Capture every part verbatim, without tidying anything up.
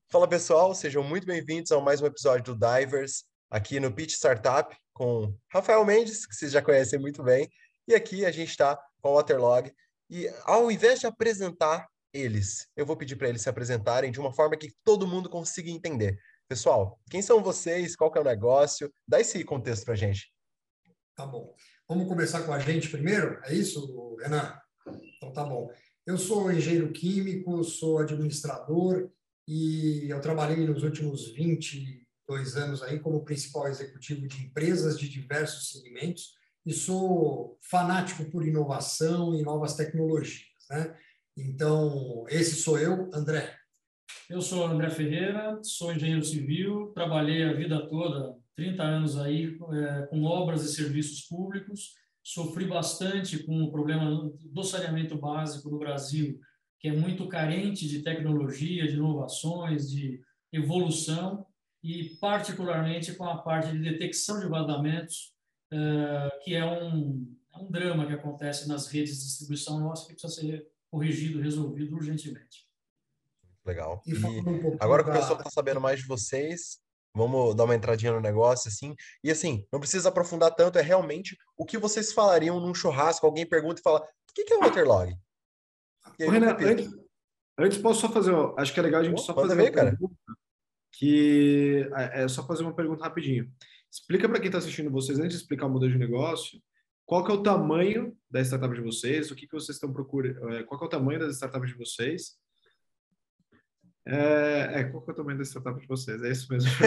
Fala pessoal, sejam muito bem-vindos a mais um episódio do Divers, aqui no Pitch Startup, com Rafael Mendes, que vocês já conhecem muito bem, e aqui a gente está com o Waterlog, e ao invés de apresentar eles, eu vou pedir para eles se apresentarem de uma forma que todo mundo consiga entender. Pessoal, quem são vocês? Qual que é o negócio? Dá esse contexto para a gente. Tá bom. Vamos começar com a gente primeiro? É isso, Renan? Então tá bom. Eu sou engenheiro químico, sou administrador e eu trabalhei nos últimos vinte e dois anos aí como principal executivo de empresas de diversos segmentos e sou fanático por inovação e novas tecnologias, né? Então, esse sou eu, André. Eu sou André Ferreira, sou engenheiro civil, trabalhei a vida toda, trinta anos aí, é, com obras e serviços públicos, sofri bastante com o problema do saneamento básico no Brasil, que é muito carente de tecnologia, de inovações, de evolução, e particularmente com a parte de detecção de vazamentos, é, que é um, é um drama que acontece nas redes de distribuição nossa, que precisa ser corrigido, resolvido urgentemente. Legal. E E falando um pouquinho agora que o da... pessoal está sabendo mais de vocês, vamos dar uma entradinha no negócio, assim. E assim, não precisa aprofundar tanto, é realmente o que vocês falariam num churrasco. Alguém pergunta e fala: o que que é Waterlog? E aí Ô, eu Renan, repito. antes, antes posso só fazer, ó, acho que é legal a gente Pô, só manda fazer uma ver, cara. pergunta, que é é só fazer uma pergunta rapidinho. Explica para quem está assistindo vocês, antes de explicar o modelo de negócio, qual que é o tamanho da startup de vocês, o que que vocês estão procurando, é, qual que é o tamanho das startups de vocês? É, é, qual que é o tamanho da startup de vocês? É isso mesmo.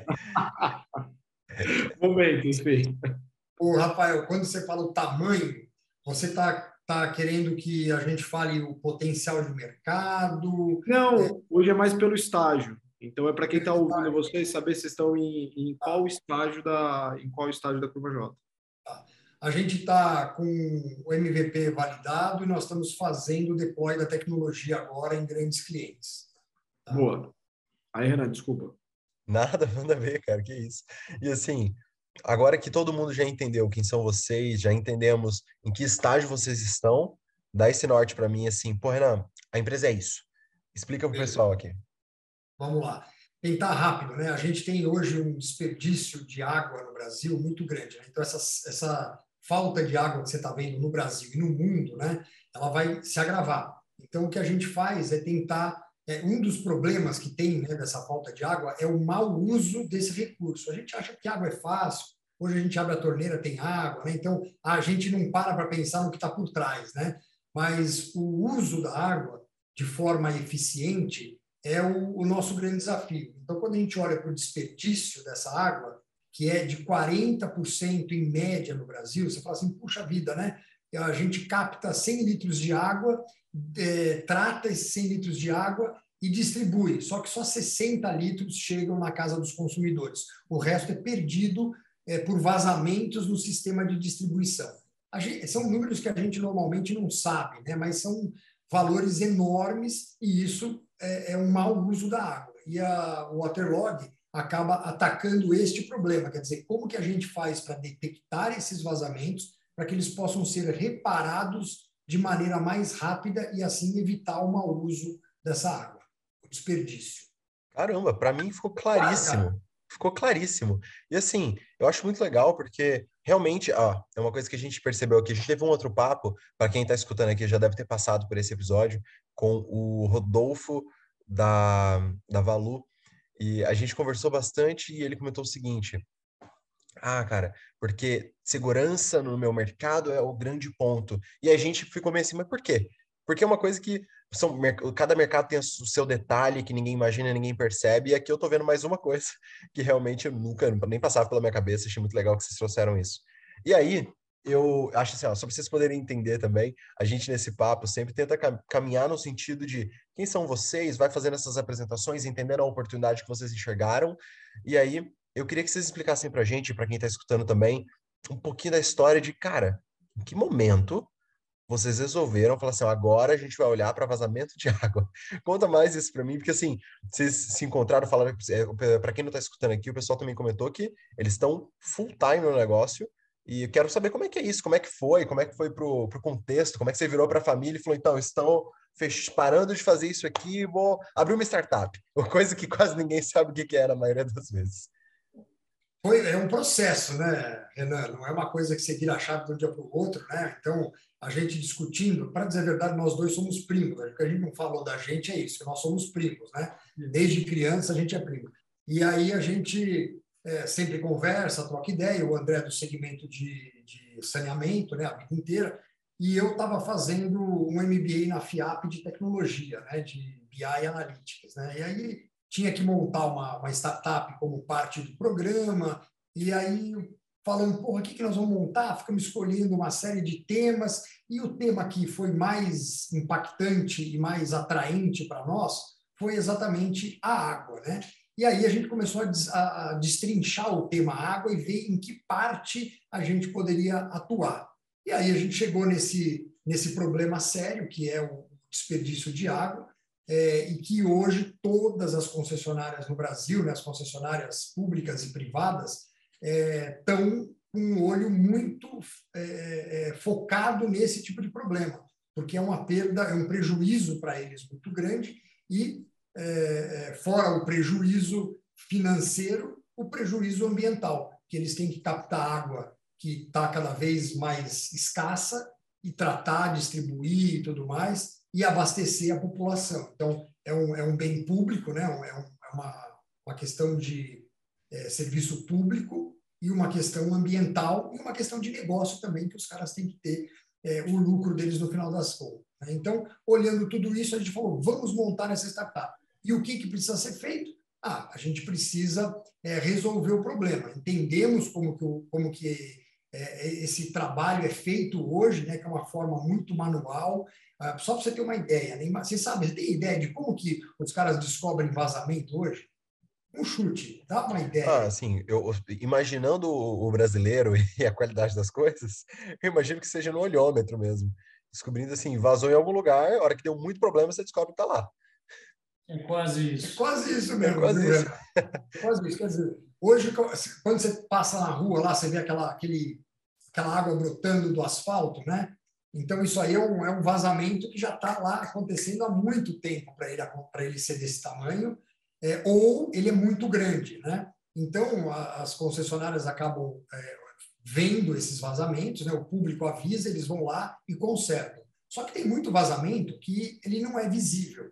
Momento, enfim. Ô, Rafael, quando você fala o tamanho, você está tá querendo que a gente fale o potencial de mercado? Não, hoje é mais pelo estágio. Então é para quem está ouvindo Estágio? vocês saber se estão em, em Tá, qual estágio da em qual estágio da curva J. tá. A gente está com o M V P validado e nós estamos fazendo o deploy da tecnologia agora em grandes clientes. Tá? Boa. Aí, Renan, desculpa. Nada, manda ver, cara, que isso. E assim, agora que todo mundo já entendeu quem são vocês, já entendemos em que estágio vocês estão, dá esse norte para mim, assim, pô, Renan, a empresa é isso. Explica pro Beleza. pessoal aqui. Vamos lá. Tentar rápido, né? A gente tem hoje um desperdício de água no Brasil muito grande, né? Então, essa, essa falta de água que você está vendo no Brasil e no mundo, né? Ela vai se agravar. Então, o que a gente faz é tentar. É, um dos problemas que tem, né, dessa falta de água é o mau uso desse recurso. A gente acha que água é fácil, hoje a gente abre a torneira, tem água, né? Então a gente não para para pensar no que está por trás, né? Mas o uso da água de forma eficiente é o, o nosso grande desafio. Então, quando a gente olha para o desperdício dessa água, que é de quarenta por cento em média no Brasil, você fala assim, puxa vida, né? A gente capta cem litros de água, é, trata esses cem litros de água e distribui, só que só sessenta litros chegam na casa dos consumidores. O resto é perdido é, por vazamentos no sistema de distribuição. Gente, são números que a gente normalmente não sabe, né? Mas são valores enormes e isso é, é um mau uso da água. E a, o Waterlog acaba atacando este problema, quer dizer, como que a gente faz para detectar esses vazamentos para que eles possam ser reparados de maneira mais rápida e assim evitar o mau uso dessa água, o desperdício. Caramba, para mim ficou Claro, cara. claríssimo. Ficou claríssimo. E assim, eu acho muito legal porque realmente, ó, é uma coisa que a gente percebeu aqui. A gente teve um outro papo, para quem está escutando aqui já deve ter passado por esse episódio, com o Rodolfo da, da Valu. E a gente conversou bastante e ele comentou o seguinte: ah, cara, porque segurança no meu mercado é o grande ponto. E a gente ficou meio assim, mas por quê? Porque é uma coisa que são, mer- cada mercado tem o seu detalhe que ninguém imagina, ninguém percebe, e aqui eu tô vendo mais uma coisa que realmente eu nunca, nem passava pela minha cabeça, achei muito legal que vocês trouxeram isso. E aí, eu acho assim, ó, só para vocês poderem entender também, a gente nesse papo sempre tenta cam- caminhar no sentido de quem são vocês, vai fazendo essas apresentações, entendendo a oportunidade que vocês enxergaram, e aí eu queria que vocês explicassem pra gente, pra quem tá escutando também, um pouquinho da história de, cara, em que momento vocês resolveram falar assim, ó, agora a gente vai olhar para vazamento de água. Conta mais isso para mim, porque assim, vocês se encontraram, falaram, para quem não está escutando aqui, o pessoal também comentou que eles estão full time no negócio E eu quero saber como é que é isso, como é que foi, como é que foi pro, pro contexto, como é que você virou para a família e falou, então, estão fech... parando de fazer isso aqui, vou abrir uma startup. Uma coisa que quase ninguém sabe o que que é na maioria das vezes. Foi, é um processo, né, Renan? Não é uma coisa que você vira a chave de um dia para o outro, né? Então, a gente discutindo, para dizer a verdade, nós dois somos primos. O que a gente não falou da gente é isso, que nós somos primos, né? Desde criança a gente é primo. E aí a gente é, sempre conversa, troca ideia, o André do segmento de, de saneamento, né, a vida inteira, e eu estava fazendo um M B A na FIAP de tecnologia, né, de B I Analytics, né? E aí tinha que montar uma, uma startup como parte do programa, e aí falando, porra, o que, que nós vamos montar? Ficamos escolhendo uma série de temas, e o tema que foi mais impactante e mais atraente para nós foi exatamente a água, né? E aí a gente começou a, des, a, a destrinchar o tema água e ver em que parte a gente poderia atuar. E aí a gente chegou nesse, nesse problema sério, que é o desperdício de água, É, e que hoje todas as concessionárias no Brasil, né, as concessionárias públicas e privadas, estão é, com um olho muito é, é, focado nesse tipo de problema, porque é uma perda, é um prejuízo para eles muito grande e, é, fora o prejuízo financeiro, o prejuízo ambiental, que eles têm que captar água que está cada vez mais escassa e tratar, distribuir e tudo mais, e abastecer a população. Então, é um, é um bem público, né? é, um, é uma, uma questão de é, serviço público e uma questão ambiental e uma questão de negócio também, que os caras têm que ter é, o lucro deles no final das contas. Né? Então, olhando tudo isso, a gente falou, vamos montar essa startup. E o que, que precisa ser feito? Ah, a gente precisa é, resolver o problema. Entendemos como que, como que é, esse trabalho é feito hoje, né? Que é uma forma muito manual. Só para você ter uma ideia, né? Você sabe, você tem ideia de como que os caras descobrem vazamento hoje? Um chute, dá uma ideia. Ah, assim, eu, imaginando o brasileiro e a qualidade das coisas, eu imagino que seja no olhômetro mesmo. Descobrindo assim, vazou em algum lugar, a hora que deu muito problema, você descobre que está lá. É quase isso. É quase isso mesmo. É quase viu, isso. É quase isso. Quer dizer, hoje, quando você passa na rua lá, você vê aquela, aquele, aquela água brotando do asfalto, né? Então, isso aí é um, é um vazamento que já está lá acontecendo há muito tempo para ele, para ele ser desse tamanho, é, ou ele é muito grande, né? Então, a, as concessionárias acabam é, vendo esses vazamentos, né? O público avisa, eles vão lá e consertam. Só que tem muito vazamento que ele não é visível.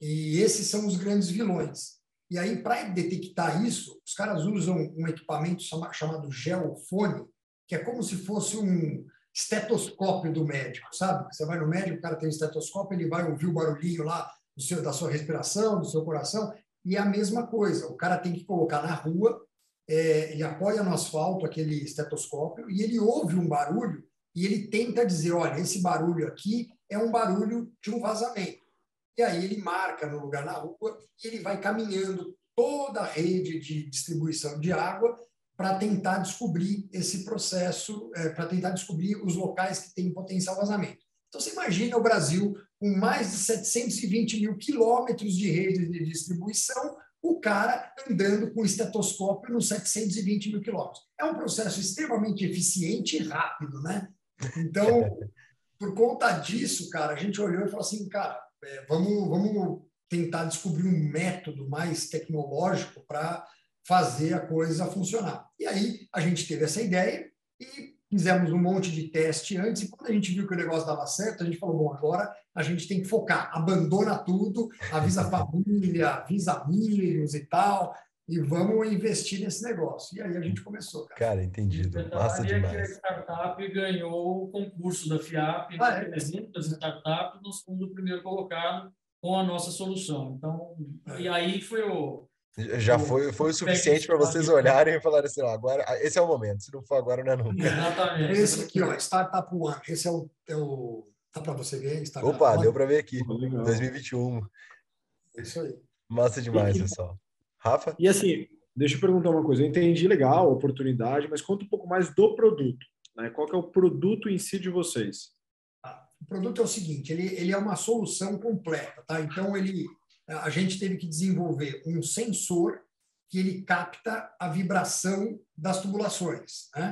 E esses são os grandes vilões. E aí, para detectar isso, os caras usam um equipamento chamado geofone, que é como se fosse um estetoscópio do médico, sabe? Você vai no médico, o cara tem um estetoscópio, ele vai ouvir o barulhinho lá do seu, da sua respiração, do seu coração, e é a mesma coisa. O cara tem que colocar na rua, é, ele apoia no asfalto aquele estetoscópio e ele ouve um barulho e ele tenta dizer, olha, esse barulho aqui é um barulho de um vazamento. E aí ele marca no lugar na rua e ele vai caminhando toda a rede de distribuição de água para tentar descobrir esse processo, é, para tentar descobrir os locais que têm potencial vazamento. Então, você imagina o Brasil com mais de setecentos e vinte mil quilômetros de rede de distribuição, o cara andando com estetoscópio nos setecentos e vinte mil quilômetros. É um processo extremamente eficiente e rápido, né? Então, por conta disso, cara, a gente olhou e falou assim, cara, é, vamos, vamos tentar descobrir um método mais tecnológico para fazer a coisa funcionar. E aí a gente teve essa ideia e fizemos um monte de teste antes, e quando a gente viu que o negócio dava certo, a gente falou, bom, agora a gente tem que focar, abandona tudo, avisa a família, avisa amigos e tal, e vamos investir nesse negócio. E aí a gente começou, cara. Cara, entendido. Massa demais. A startup ganhou o concurso da FIAP, ah, é? exemplo das startups, nós fomos o primeiro colocado com a nossa solução. Então, é. E aí foi o... Já foi, foi o suficiente para vocês olharem e falarem assim, ó, agora, esse é o momento, se não for agora, não é nunca. Exatamente. Esse aqui, ó, Startup One, esse é o... É o... Dá para você ver? Startup Opa, One. Deu para ver aqui, dois mil e vinte e um. Isso aí. Massa demais, e, pessoal. Rafa? E assim, deixa eu perguntar uma coisa, eu entendi legal, oportunidade, mas conta um pouco mais do produto, né? Qual que é o produto em si de vocês? Ah, o produto é o seguinte, ele, ele é uma solução completa, tá? Então, ele... a gente teve que desenvolver um sensor que ele capta a vibração das tubulações, né?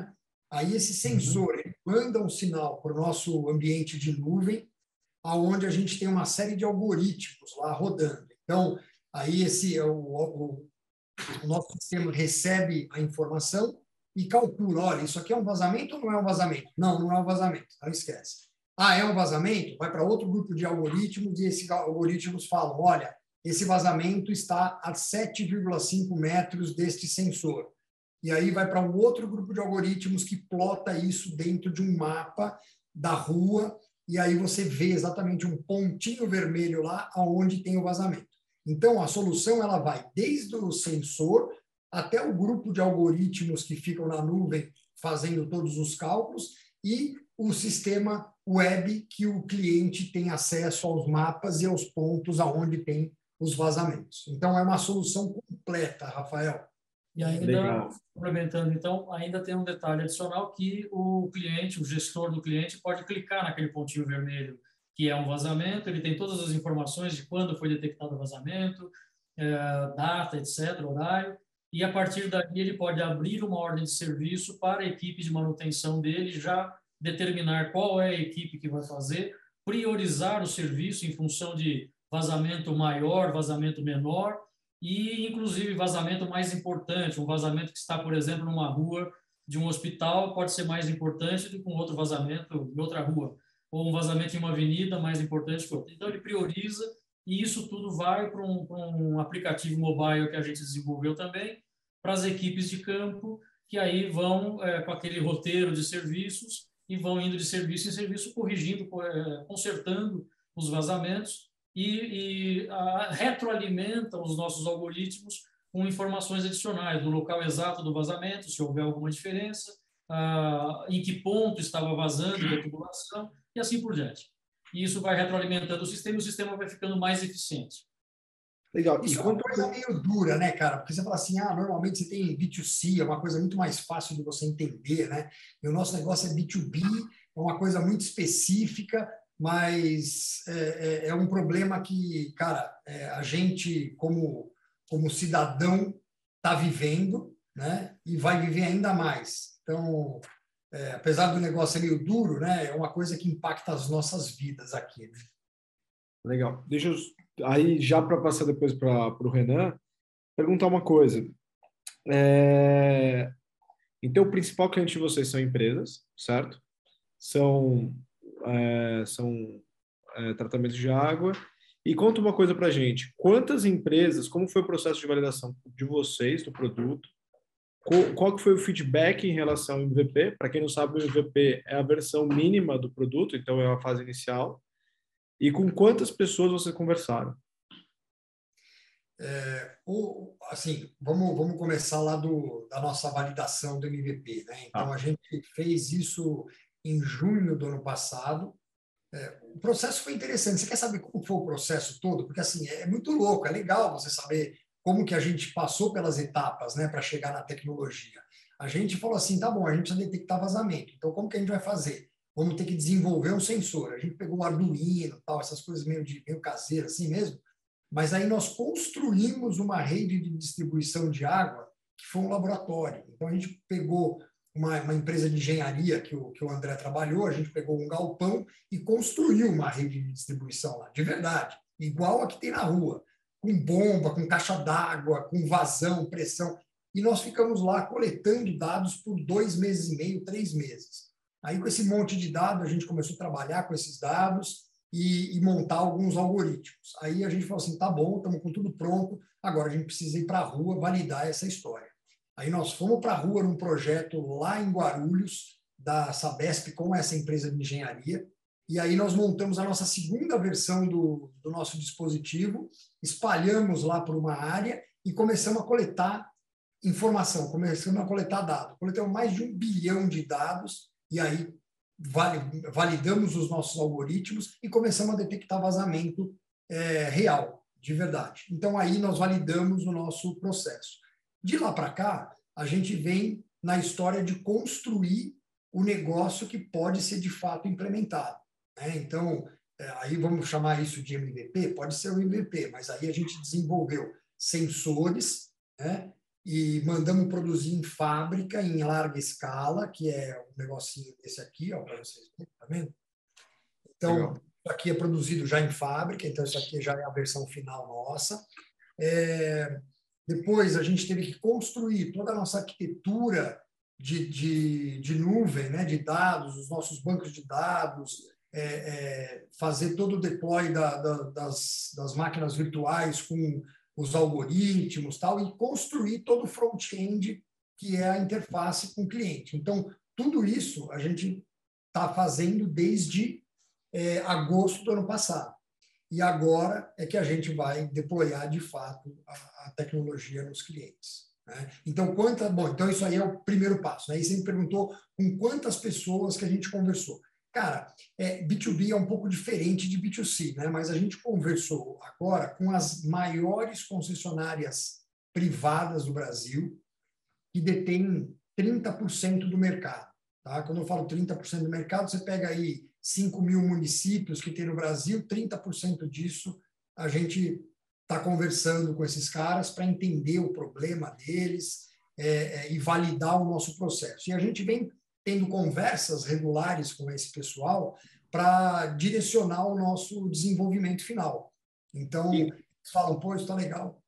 Aí esse sensor Uhum. ele manda um sinal para o nosso ambiente de nuvem, aonde a gente tem uma série de algoritmos lá rodando. Então, aí esse o, o, o nosso sistema recebe a informação e calcula, olha, isso aqui é um vazamento ou não é um vazamento? Não, não é um vazamento, não esquece. Ah, é um vazamento? Vai para outro grupo de algoritmos e esses algoritmos falam, olha, esse vazamento está a sete vírgula cinco metros deste sensor. E aí vai para um outro grupo de algoritmos que plota isso dentro de um mapa da rua, e aí você vê exatamente um pontinho vermelho lá aonde tem o vazamento. Então, a solução ela vai desde o sensor até o grupo de algoritmos que ficam na nuvem fazendo todos os cálculos e o sistema web que o cliente tem acesso aos mapas e aos pontos aonde tem os vazamentos. Então, é uma solução completa, Rafael. E ainda, Legal. complementando, então, ainda tem um detalhe adicional que o cliente, o gestor do cliente, pode clicar naquele pontinho vermelho, que é um vazamento, ele tem todas as informações de quando foi detectado o vazamento, é, data, etcétera, horário, e a partir daqui ele pode abrir uma ordem de serviço para a equipe de manutenção dele, já determinar qual é a equipe que vai fazer, priorizar o serviço em função de vazamento maior, vazamento menor, e, inclusive, vazamento mais importante, um vazamento que está, por exemplo, numa rua de um hospital, pode ser mais importante do que um outro vazamento em outra rua, ou um vazamento em uma avenida mais importante que outra. Então, ele prioriza, e isso tudo vai para um, para um aplicativo mobile que a gente desenvolveu também, para as equipes de campo, que aí vão é, com aquele roteiro de serviços e vão indo de serviço em serviço, corrigindo, é, consertando os vazamentos, e, e a, retroalimenta os nossos algoritmos com informações adicionais do local exato do vazamento, se houver alguma diferença, ah, em que ponto estava vazando da tubulação, e assim por diante. E isso vai retroalimentando o sistema e o sistema vai ficando mais eficiente. Legal. Isso E é uma quanto... coisa meio dura, né, cara? Porque você fala assim, ah, normalmente você tem B dois C, é uma coisa muito mais fácil de você entender, né? E o nosso negócio é B dois B, é uma coisa muito específica, mas é, é, é um problema que, cara, é, a gente, como, como cidadão, está vivendo, né? E vai viver ainda mais. Então, é, apesar do negócio ser meio duro, né? É uma coisa que impacta as nossas vidas aqui, né? Legal. Deixa eu, aí, já para passar depois para o Renan, perguntar uma coisa. É, então, o principal cliente de vocês são empresas, certo? São, é, são é, tratamentos de água. E conta uma coisa para a gente. Quantas empresas, como foi o processo de validação de vocês, do produto? Qual, qual que foi o feedback em relação ao M V P? Para quem não sabe, o M V P é a versão mínima do produto, então é a fase inicial. E com quantas pessoas vocês conversaram? É, o, assim, vamos, vamos começar lá do, da nossa validação do M V P, né? Então, Ah. a gente fez isso em junho do ano passado. É, o processo foi interessante. Você quer saber como foi o processo todo? Porque, assim, é muito louco, é legal você saber como que a gente passou pelas etapas, né, para chegar na tecnologia. A gente falou assim, tá bom, a gente precisa detectar vazamento. Então, como que a gente vai fazer? Vamos ter que desenvolver um sensor. A gente pegou o Arduino, tal, essas coisas meio, de, meio caseiras, assim mesmo. Mas aí nós construímos uma rede de distribuição de água que foi um laboratório. Então, a gente pegou uma, uma empresa de engenharia que o, que o André trabalhou, a gente pegou um galpão e construiu uma rede de distribuição lá, de verdade, igual a que tem na rua, com bomba, com caixa d'água, com vazão, pressão. E nós ficamos lá coletando dados por dois meses e meio, três meses. Aí, com esse monte de dados, a gente começou a trabalhar com esses dados e, e montar alguns algoritmos. Aí a gente falou assim, tá bom, estamos com tudo pronto, agora a gente precisa ir para a rua validar essa história. Aí nós fomos para a rua num projeto lá em Guarulhos, da Sabesp, com essa empresa de engenharia, e aí nós montamos a nossa segunda versão do, do nosso dispositivo, espalhamos lá por uma área e começamos a coletar informação, começamos a coletar dados. Coletamos mais de um bilhão de dados, e aí validamos os nossos algoritmos e começamos a detectar vazamento é, real, de verdade. Então, aí nós validamos o nosso processo. De lá para cá, a gente vem na história de construir o negócio que pode ser, de fato, implementado, né? Então, é, aí vamos chamar isso de M V P? Pode ser o M V P, mas aí a gente desenvolveu sensores, né? e mandamos produzir em fábrica, em larga escala, que é um negocinho desse aqui, ó, para vocês verem, tá vendo? Então, Legal. isso aqui é produzido já em fábrica, então isso aqui já é a versão final nossa. É, depois, a gente teve que construir toda a nossa arquitetura de, de, de nuvem, né, de dados, os nossos bancos de dados, é, é, fazer todo o deploy da, da, das, das máquinas virtuais com os algoritmos tal, e construir todo o front-end, que é a interface com o cliente. Então, tudo isso a gente está fazendo desde é, agosto do ano passado. E agora é que a gente vai deployar, de fato, a, a tecnologia nos clientes. Né? Então, quanta, bom, então, isso aí é o primeiro passo. Né? E você me perguntou com quantas pessoas que a gente conversou. Cara, é, B dois B é um pouco diferente de B dois C, né? Mas a gente conversou agora com as maiores concessionárias privadas do Brasil, que detêm trinta por cento do mercado. Tá? Quando eu falo trinta por cento do mercado, você pega aí cinco mil municípios que tem no Brasil, trinta por cento disso a gente está conversando com esses caras para entender o problema deles é, é, e validar o nosso processo. E a gente vem tendo conversas regulares com esse pessoal para direcionar o nosso desenvolvimento final. Então, e, eles falam, pô, isso está legal.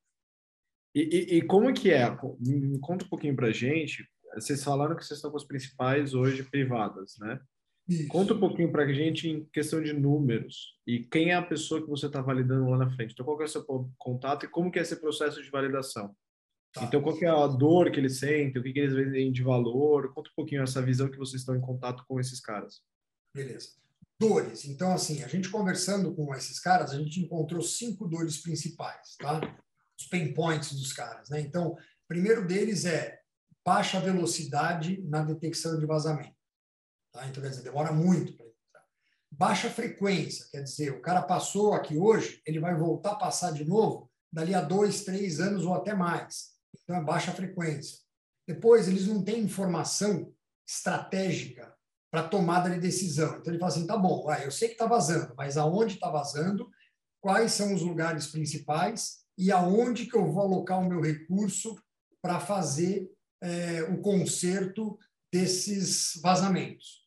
E, e, e como que é? Me conta um pouquinho para a gente. Vocês falaram que vocês estão com as principais hoje privadas, né? Isso. Conta um pouquinho para a gente em questão de números e quem é a pessoa que você está validando lá na frente. Então, qual que é o seu contato e como que é esse processo de validação? Tá. Então, qual que é a dor que eles sentem, o que, que eles vendem de valor? Conta um pouquinho essa visão que vocês estão em contato com esses caras. Beleza. Dores. Então, assim, a gente conversando com esses caras, a gente encontrou cinco dores principais, tá? Os pain points dos caras, né? Então, o primeiro deles é baixa velocidade na detecção de vazamento. Tá? Então, quer dizer, demora muito para encontrar. Baixa frequência, quer dizer, o cara passou aqui hoje, ele vai voltar a passar de novo dali a dois, três anos ou até mais. Então, é baixa frequência. Depois, eles não têm informação estratégica para tomada de decisão. Então, ele fala assim, tá bom, vai, eu sei que está vazando, mas aonde está vazando, quais são os lugares principais e aonde que eu vou alocar o meu recurso para fazer é, o conserto desses vazamentos.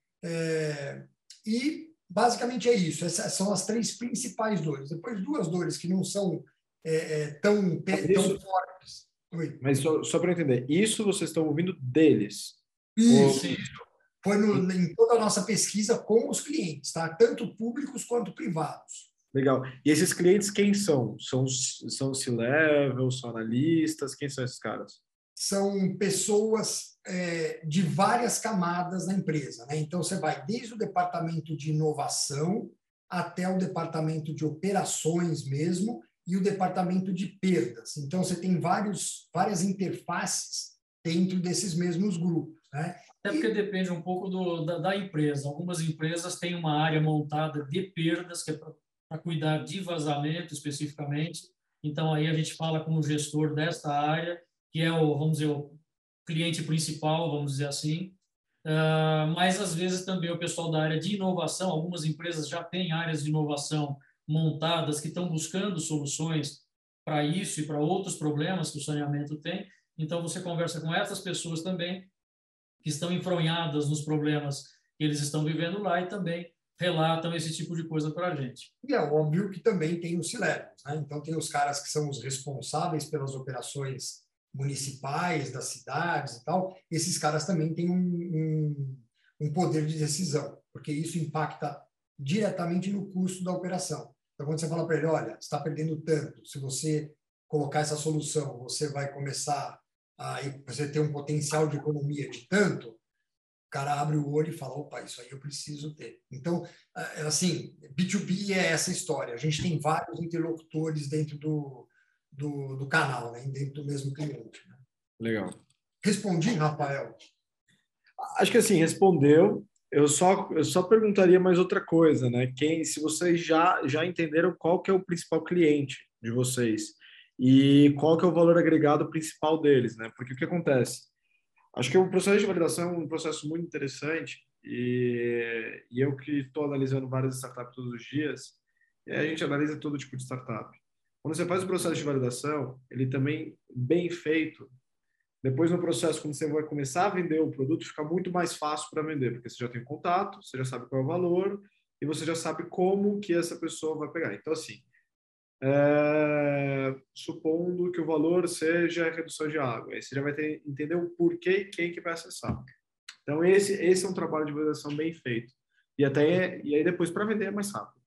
É, e, basicamente, é isso. Essas são as três principais dores. Depois, duas dores que não são é, é, tão, tão fortes. Oi. Mas só, só para entender, isso vocês estão ouvindo deles? Isso, isso. Foi no, em toda a nossa pesquisa com os clientes, tá? Tanto públicos quanto privados. Legal. E esses clientes quem são? São, são C-level, são analistas? Quem são esses caras? São pessoas é, de várias camadas na empresa, né? Então, você vai desde o departamento de inovação até o departamento de operações mesmo e o departamento de perdas. Então, você tem vários, várias interfaces dentro desses mesmos grupos, né? Até porque depende um pouco do, da, da empresa. Algumas empresas têm uma área montada de perdas, que é para cuidar de vazamento especificamente. Então, aí a gente fala com o gestor desta área, que é o, vamos dizer, o cliente principal, vamos dizer assim. Uh, mas, às vezes, também o pessoal da área de inovação, algumas empresas já têm áreas de inovação montadas que estão buscando soluções para isso e para outros problemas que o saneamento tem. Então, você conversa com essas pessoas também, que estão enfronhadas nos problemas que eles estão vivendo lá e também relatam esse tipo de coisa para a gente. E é óbvio que também tem os C-levels, né? Então, tem os caras que são os responsáveis pelas operações municipais, das cidades e tal. Esses caras também têm um, um, um poder de decisão, porque isso impacta diretamente no custo da operação. Então, quando você fala para ele, olha, você está perdendo tanto, se você colocar essa solução, você vai começar aí você tem um potencial de economia de tanto, o cara abre o olho e fala, opa, isso aí eu preciso ter. Então, assim, B dois B é essa história. A gente tem vários interlocutores dentro do, do, do canal, né? Dentro do mesmo cliente. Né? Legal. Respondi, Rafael? Acho que assim, respondeu. Eu só, eu só perguntaria mais outra coisa, né? Quem, se vocês já, já entenderam qual que é o principal cliente de vocês e qual que é o valor agregado principal deles, né? Porque o que acontece? Acho que o processo de validação é um processo muito interessante e, e eu que estou analisando várias startups todos os dias, e a gente analisa todo tipo de startup. Quando você faz o processo de validação, ele também, bem feito, Depois, no processo, quando você vai começar a vender o produto, fica muito mais fácil para vender, porque você já tem contato, você já sabe qual é o valor e você já sabe como que essa pessoa vai pegar. Então, assim, é, supondo que o valor seja a redução de água, aí você já vai ter, entender o porquê e quem que vai acessar. Então, esse, esse é um trabalho de validação bem feito. E, até, e aí, depois, para vender, é mais rápido.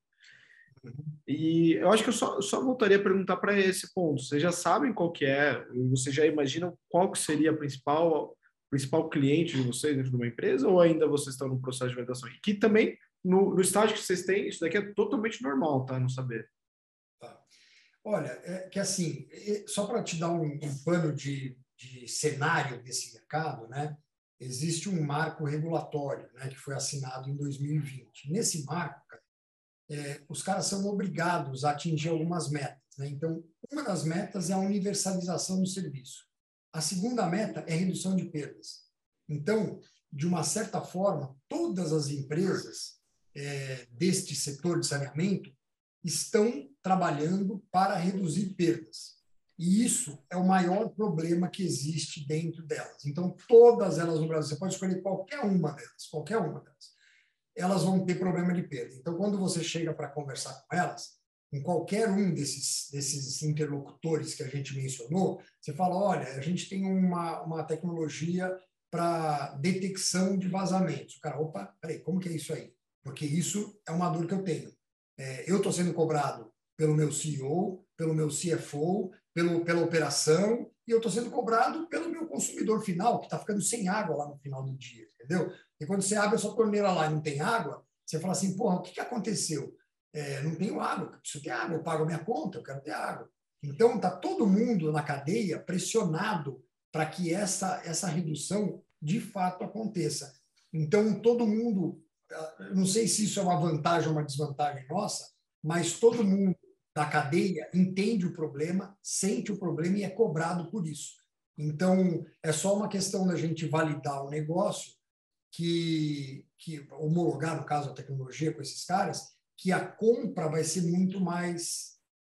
E eu acho que eu só, só voltaria a perguntar para esse ponto. Vocês já sabem qual que é, vocês já imaginam qual que seria a principal, principal cliente de vocês dentro de uma empresa, ou ainda vocês estão no processo de validação? E que também, no, no estágio que vocês têm, isso daqui é totalmente normal, tá? Não saber. Tá. Olha, é que assim, só para te dar um, um pano de, de cenário desse mercado, né? Existe um marco regulatório, né, que foi assinado em dois mil e vinte. Nesse marco, cara, é, os caras são obrigados a atingir algumas metas, né? Então, uma das metas é a universalização do serviço. A segunda meta é a redução de perdas. Então, de uma certa forma, todas as empresas é, deste setor de saneamento estão trabalhando para reduzir perdas. E isso é o maior problema que existe dentro delas. Então, todas elas no Brasil, você pode escolher qualquer uma delas, qualquer uma delas, elas vão ter problema de perda. Então, quando você chega para conversar com elas, em qualquer um desses, desses interlocutores que a gente mencionou, você fala, olha, a gente tem uma, uma tecnologia para detecção de vazamentos. O cara, opa, peraí, como que é isso aí? Porque isso é uma dor que eu tenho. É, eu estou sendo cobrado pelo meu C E O, pelo meu C F O, pelo, pela operação, e eu estou sendo cobrado pelo meu consumidor final, que está ficando sem água lá no final do dia, entendeu? E quando você abre a sua torneira lá e não tem água, você fala assim, porra, o que, que aconteceu? É, não tenho água, eu preciso ter água, eu pago a minha conta, eu quero ter água. Então, está todo mundo na cadeia pressionado para que essa, essa redução de fato aconteça. Então, todo mundo, não sei se isso é uma vantagem ou uma desvantagem nossa, mas todo mundo da cadeia entende o problema, sente o problema e é cobrado por isso. Então, é só uma questão da gente validar o negócio, que, que homologar, no caso, a tecnologia com esses caras, que a compra vai ser muito mais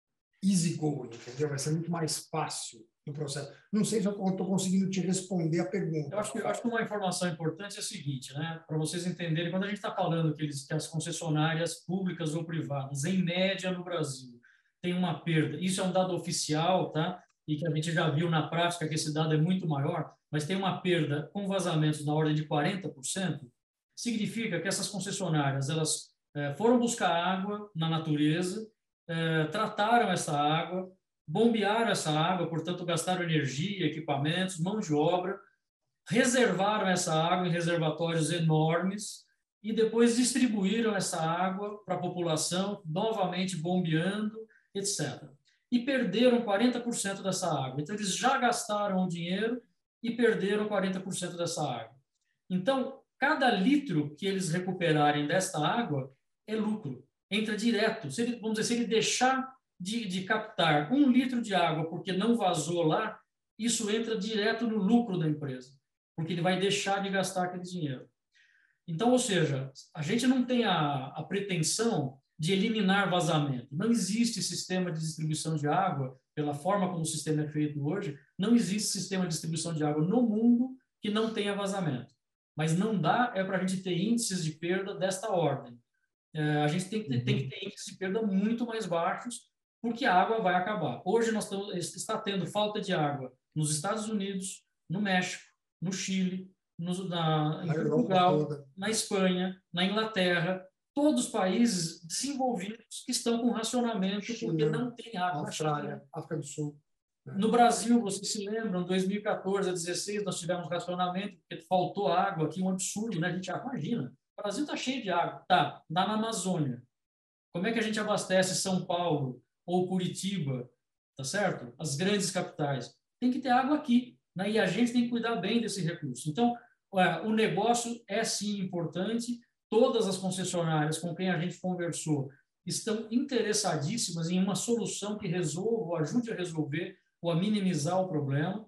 easy going, entendeu? Vai ser muito mais fácil no processo. Não sei se eu estou conseguindo te responder a pergunta. Eu acho que, eu acho que uma informação importante é a seguinte, né? Para vocês entenderem, quando a gente está falando que, eles, que as concessionárias públicas ou privadas, em média no Brasil, tem uma perda, isso é um dado oficial, tá? E que a gente já viu na prática que esse dado é muito maior, mas tem uma perda com vazamentos na ordem de quarenta por cento, significa que essas concessionárias, elas eh, foram buscar água na natureza, eh, trataram essa água, bombearam essa água, portanto, gastaram energia, equipamentos, mão de obra, reservaram essa água em reservatórios enormes e depois distribuíram essa água para a população, novamente bombeando, etcétera. E perderam quarenta por cento dessa água. Então, eles já gastaram o dinheiro e perderam quarenta por cento dessa água. Então, cada litro que eles recuperarem desta água é lucro. Entra direto. Se ele, vamos dizer, se ele deixar de, de captar um litro de água porque não vazou lá, isso entra direto no lucro da empresa, porque ele vai deixar de gastar aquele dinheiro. Então, ou seja, a gente não tem a, a pretensão de eliminar vazamento. Não existe sistema de distribuição de água, pela forma como o sistema é feito hoje, não existe sistema de distribuição de água no mundo que não tenha vazamento. Mas não dá é para a gente ter índices de perda desta ordem. É, a gente tem que, ter, tem que ter índices de perda muito mais baixos, porque a água vai acabar. Hoje nós estamos, está tendo falta de água nos Estados Unidos, no México, no Chile, no, na, em Portugal, na Espanha, na Inglaterra, todos os países desenvolvidos que estão com racionamento China, porque não tem água. Austrália, África do Sul. Né? No Brasil, vocês se lembram, em dois mil e quatorze a dezesseis, nós tivemos racionamento, porque faltou água aqui, um absurdo, né? A gente já imagina. O Brasil está cheio de água. Tá, dá na Amazônia. Como é que a gente abastece São Paulo ou Curitiba, tá certo? As grandes capitais. Tem que ter água aqui, né? E a gente tem que cuidar bem desse recurso. Então, o negócio é sim importante. Todas as concessionárias com quem a gente conversou estão interessadíssimas em uma solução que resolva, ou ajude a resolver, ou a minimizar o problema.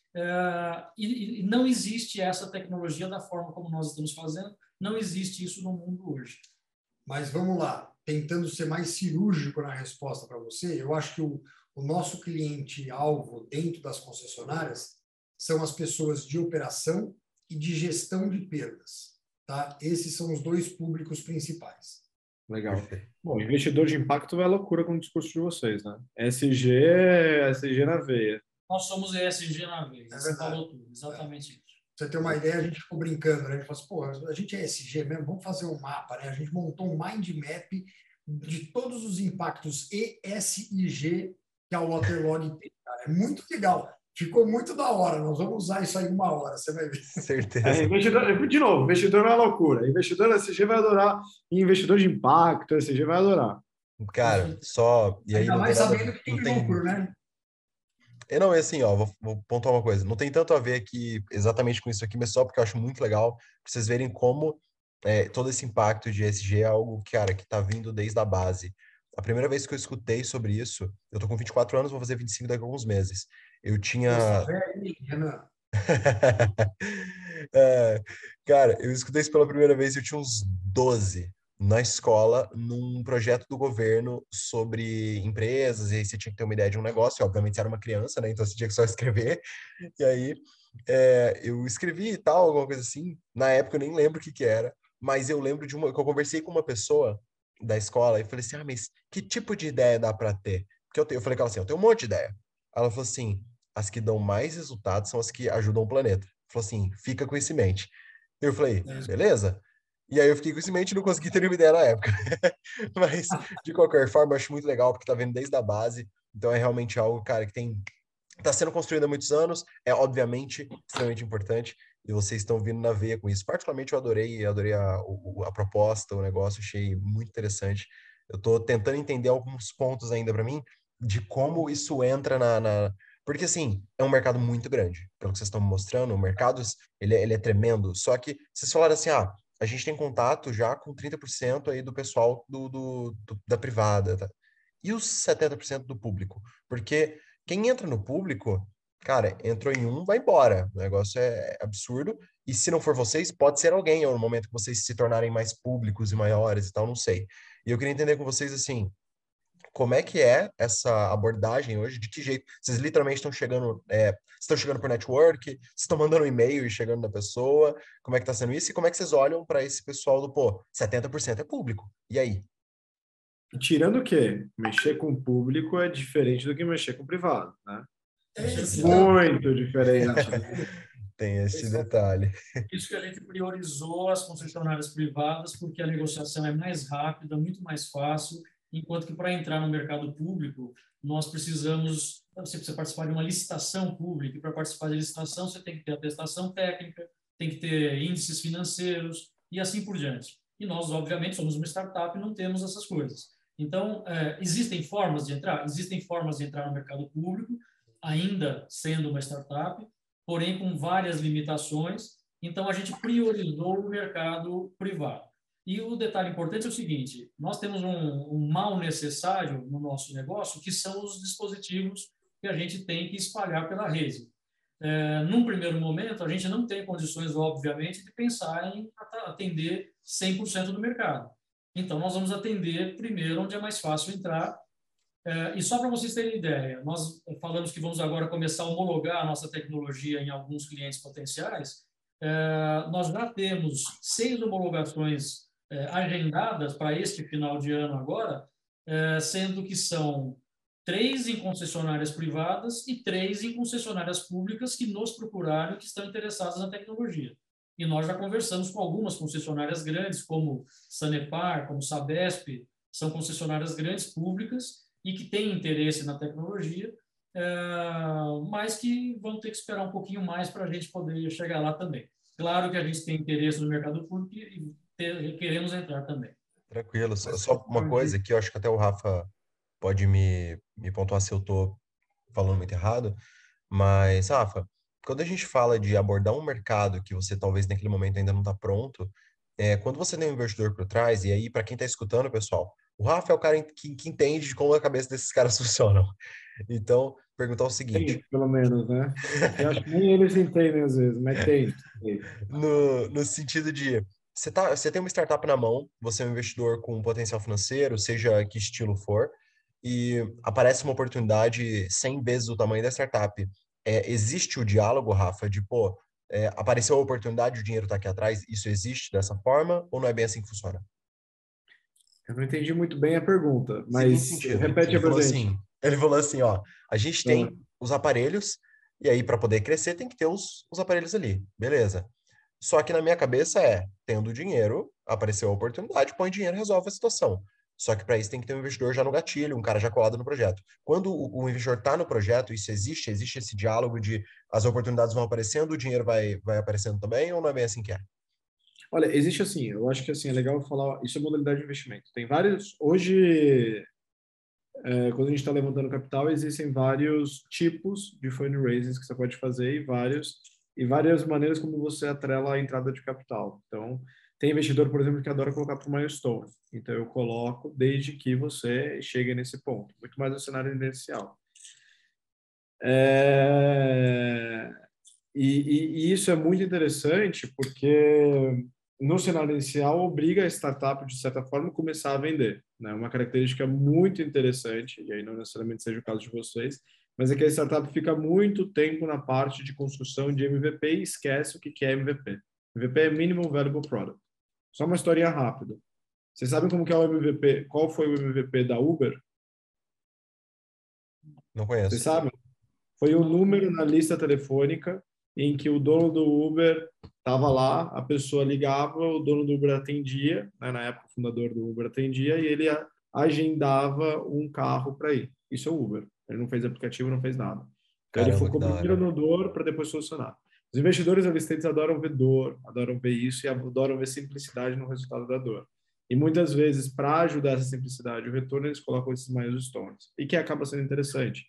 É, e, e não existe essa tecnologia da forma como nós estamos fazendo, não existe isso no mundo hoje. Mas vamos lá, tentando ser mais cirúrgico na resposta para você, eu acho que o, o nosso cliente-alvo dentro das concessionárias são as pessoas de operação e de gestão de perdas. Tá? Esses são os dois públicos principais. Legal. Perfeito. Bom, investidor de impacto é loucura com o discurso de vocês, né? E S G, E S G na veia. Nós somos E S G na veia. É Você verdade. falou tudo, exatamente isso. Pra você ter uma ideia, a gente ficou brincando, né? A gente falou assim, pô, a gente é E S G mesmo, vamos fazer um mapa, né? A gente montou um mind map de todos os impactos E S G que a Waterlog tem, cara. É muito legal. Ficou muito da hora. Nós vamos usar isso aí uma hora, você vai ver. Certeza. É, investidor, de novo, investidor não é loucura. Investidor S G vai adorar. E investidor de impacto, S G vai adorar. Cara, só... E aí Ainda não mais tem nada, sabendo que tem não tem... lucro, né? Eu não, é assim, ó, vou, vou pontuar uma coisa. Não tem tanto a ver aqui exatamente com isso aqui, mas só porque eu acho muito legal pra vocês verem como é, todo esse impacto de E S G é algo, cara, que tá vindo desde a base. A primeira vez que eu escutei sobre isso, eu tô com vinte e quatro anos, vou fazer vinte e cinco daqui a alguns meses. Eu Nossa, tinha... velho, hein, Renan? É, cara, eu escutei isso pela primeira vez, eu tinha uns doze na escola, num projeto do governo sobre empresas, e aí você tinha que ter uma ideia de um negócio, e, obviamente você era uma criança, né? Então você tinha que só escrever, e aí é, eu escrevi e tal, alguma coisa assim. Na época eu nem lembro o que que era, mas eu lembro de uma que eu conversei com uma pessoa da escola e falei assim: ah, mas que tipo de ideia dá para ter? Porque eu, tenho, eu falei com ela assim: eu tenho um monte de ideia. Ela falou assim: as que dão mais resultados são as que ajudam o planeta. Falou assim: fica com isso em mente. Eu falei: beleza. E aí eu fiquei com isso em mente e não consegui ter nenhuma ideia na época. Mas, de qualquer forma, eu acho muito legal, porque tá vendo desde a base. Então é realmente algo, cara, que tem está sendo construído há muitos anos, é obviamente extremamente importante, e vocês estão vindo na veia com isso. Particularmente eu adorei, adorei a, o- a proposta, o negócio, achei muito interessante. Eu estou tentando entender alguns pontos ainda para mim de como isso entra na, na- Porque, assim, é um mercado muito grande, pelo que vocês estão me mostrando, o mercado, ele, é- ele é tremendo, só que vocês falaram assim, ah, a gente tem contato já com trinta por cento aí do pessoal do, do, do- da privada, tá? E os setenta por cento do público? Porque quem entra no público, cara, entrou em um, vai embora. O negócio é absurdo. E se não for vocês, pode ser alguém, ou no momento que vocês se tornarem mais públicos e maiores e tal, não sei. E eu queria entender com vocês, assim, como é que é essa abordagem hoje? De que jeito? Vocês literalmente estão chegando, é, vocês estão chegando por network? Vocês estão mandando um e-mail e chegando na pessoa? Como é que tá sendo isso? E como é que vocês olham para esse pessoal do, pô, setenta por cento é público. E aí? Tirando o quê? Mexer com o público é diferente do que mexer com o privado, né? É isso. Muito diferente. Tem esse detalhe. Isso que a gente priorizou as concessionárias privadas, porque a negociação é mais rápida, muito mais fácil, enquanto que para entrar no mercado público, nós precisamos, você precisa participar de uma licitação pública, e para participar da licitação você tem que ter atestação técnica, tem que ter índices financeiros e assim por diante. E nós, obviamente, somos uma startup e não temos essas coisas. Então, é, existem formas de entrar? Existem formas de entrar no mercado público, ainda sendo uma startup, porém com várias limitações. Então, a gente priorizou o mercado privado. E o detalhe importante é o seguinte: nós temos um, um mal necessário no nosso negócio, que são os dispositivos que a gente tem que espalhar pela rede. É, num primeiro momento, a gente não tem condições, obviamente, de pensar em atender cem por cento do mercado. Então, nós vamos atender primeiro onde é mais fácil entrar. É, e só para vocês terem ideia, nós falamos que vamos agora começar a homologar a nossa tecnologia em alguns clientes potenciais. É, nós já temos seis homologações é, agendadas para este final de ano agora, é, sendo que são três em concessionárias privadas e três em concessionárias públicas que nos procuraram e que estão interessadas na tecnologia. E nós já conversamos com algumas concessionárias grandes, como Sanepar, como Sabesp, são concessionárias grandes públicas e que têm interesse na tecnologia, é, mas que vão ter que esperar um pouquinho mais para a gente poder chegar lá também. Claro que a gente tem interesse no mercado público e ter, queremos entrar também. Tranquilo. Só, só uma coisa que eu acho que até o Rafa pode me, me pontuar se eu estou falando muito errado, mas, Rafa, quando a gente fala de abordar um mercado que você talvez naquele momento ainda não está pronto, é, quando você tem um investidor por trás, e aí, para quem está escutando, pessoal, o Rafa é o cara que, que entende de como a cabeça desses caras funcionam. Então, perguntar o seguinte: Tem, pelo menos, né? Eu acho que nem eles entendem às vezes, mas tem. Tem. no, no sentido de você, tá, você tem uma startup na mão, você é um investidor com um potencial financeiro, seja que estilo for, e aparece uma oportunidade cem vezes o tamanho da startup. é, existe o diálogo, Rafa, de, pô, é, apareceu a oportunidade, o dinheiro está aqui atrás, isso existe dessa forma, ou não é bem assim que funciona? Eu não entendi muito bem a pergunta, Seguinte mas sentido, repete ele aí pra falou gente. assim, ele falou assim, ó, a gente Ah, tem os aparelhos, e aí para poder crescer tem que ter os, os aparelhos ali, beleza. Só que na minha cabeça é, tendo dinheiro, apareceu a oportunidade, põe dinheiro, resolve a situação. Só que para isso tem que ter um investidor já no gatilho, um cara já colado no projeto. Quando o, o investidor está no projeto, isso existe, existe esse diálogo de as oportunidades vão aparecendo, o dinheiro vai, vai aparecendo também, ou não é bem assim que é? olha, existe assim, eu acho que assim, é legal falar, isso é modalidade de investimento. Tem vários, hoje, é, quando a gente está levantando capital, existem vários tipos de fundraisings que você pode fazer e vários e várias maneiras como você atrela a entrada de capital. Então, tem investidor, por exemplo, que adora colocar para o milestone. Então, eu coloco desde que você chegue nesse ponto, muito mais no cenário inicial. É, e, e, e isso é muito interessante porque no cenário inicial obriga a startup, de certa forma, a começar a vender. Né? Uma característica muito interessante, e aí não necessariamente seja o caso de vocês, mas é que a startup fica muito tempo na parte de construção de M V P e esquece o que é M V P. M V P é Minimum Valuable Product. Só uma historinha rápida. Vocês sabem como que é o M V P? Qual foi o M V P da Uber? Não Vocês conheço. sabem? Foi o número na lista telefônica em que o dono do Uber estava lá, a pessoa ligava, o dono do Uber atendia, né, na época o fundador do Uber atendia, e ele a- agendava um carro para ir. Isso é o Uber. Ele não fez aplicativo, não fez nada. Então ele Caramba, que focou da primeiro hora. no dor para depois solucionar. Os investidores eles adoram ver dor, adoram ver isso e adoram ver simplicidade no resultado da dor. E muitas vezes, para ajudar essa simplicidade, o retorno, eles colocam esses milestones. E que acaba sendo interessante.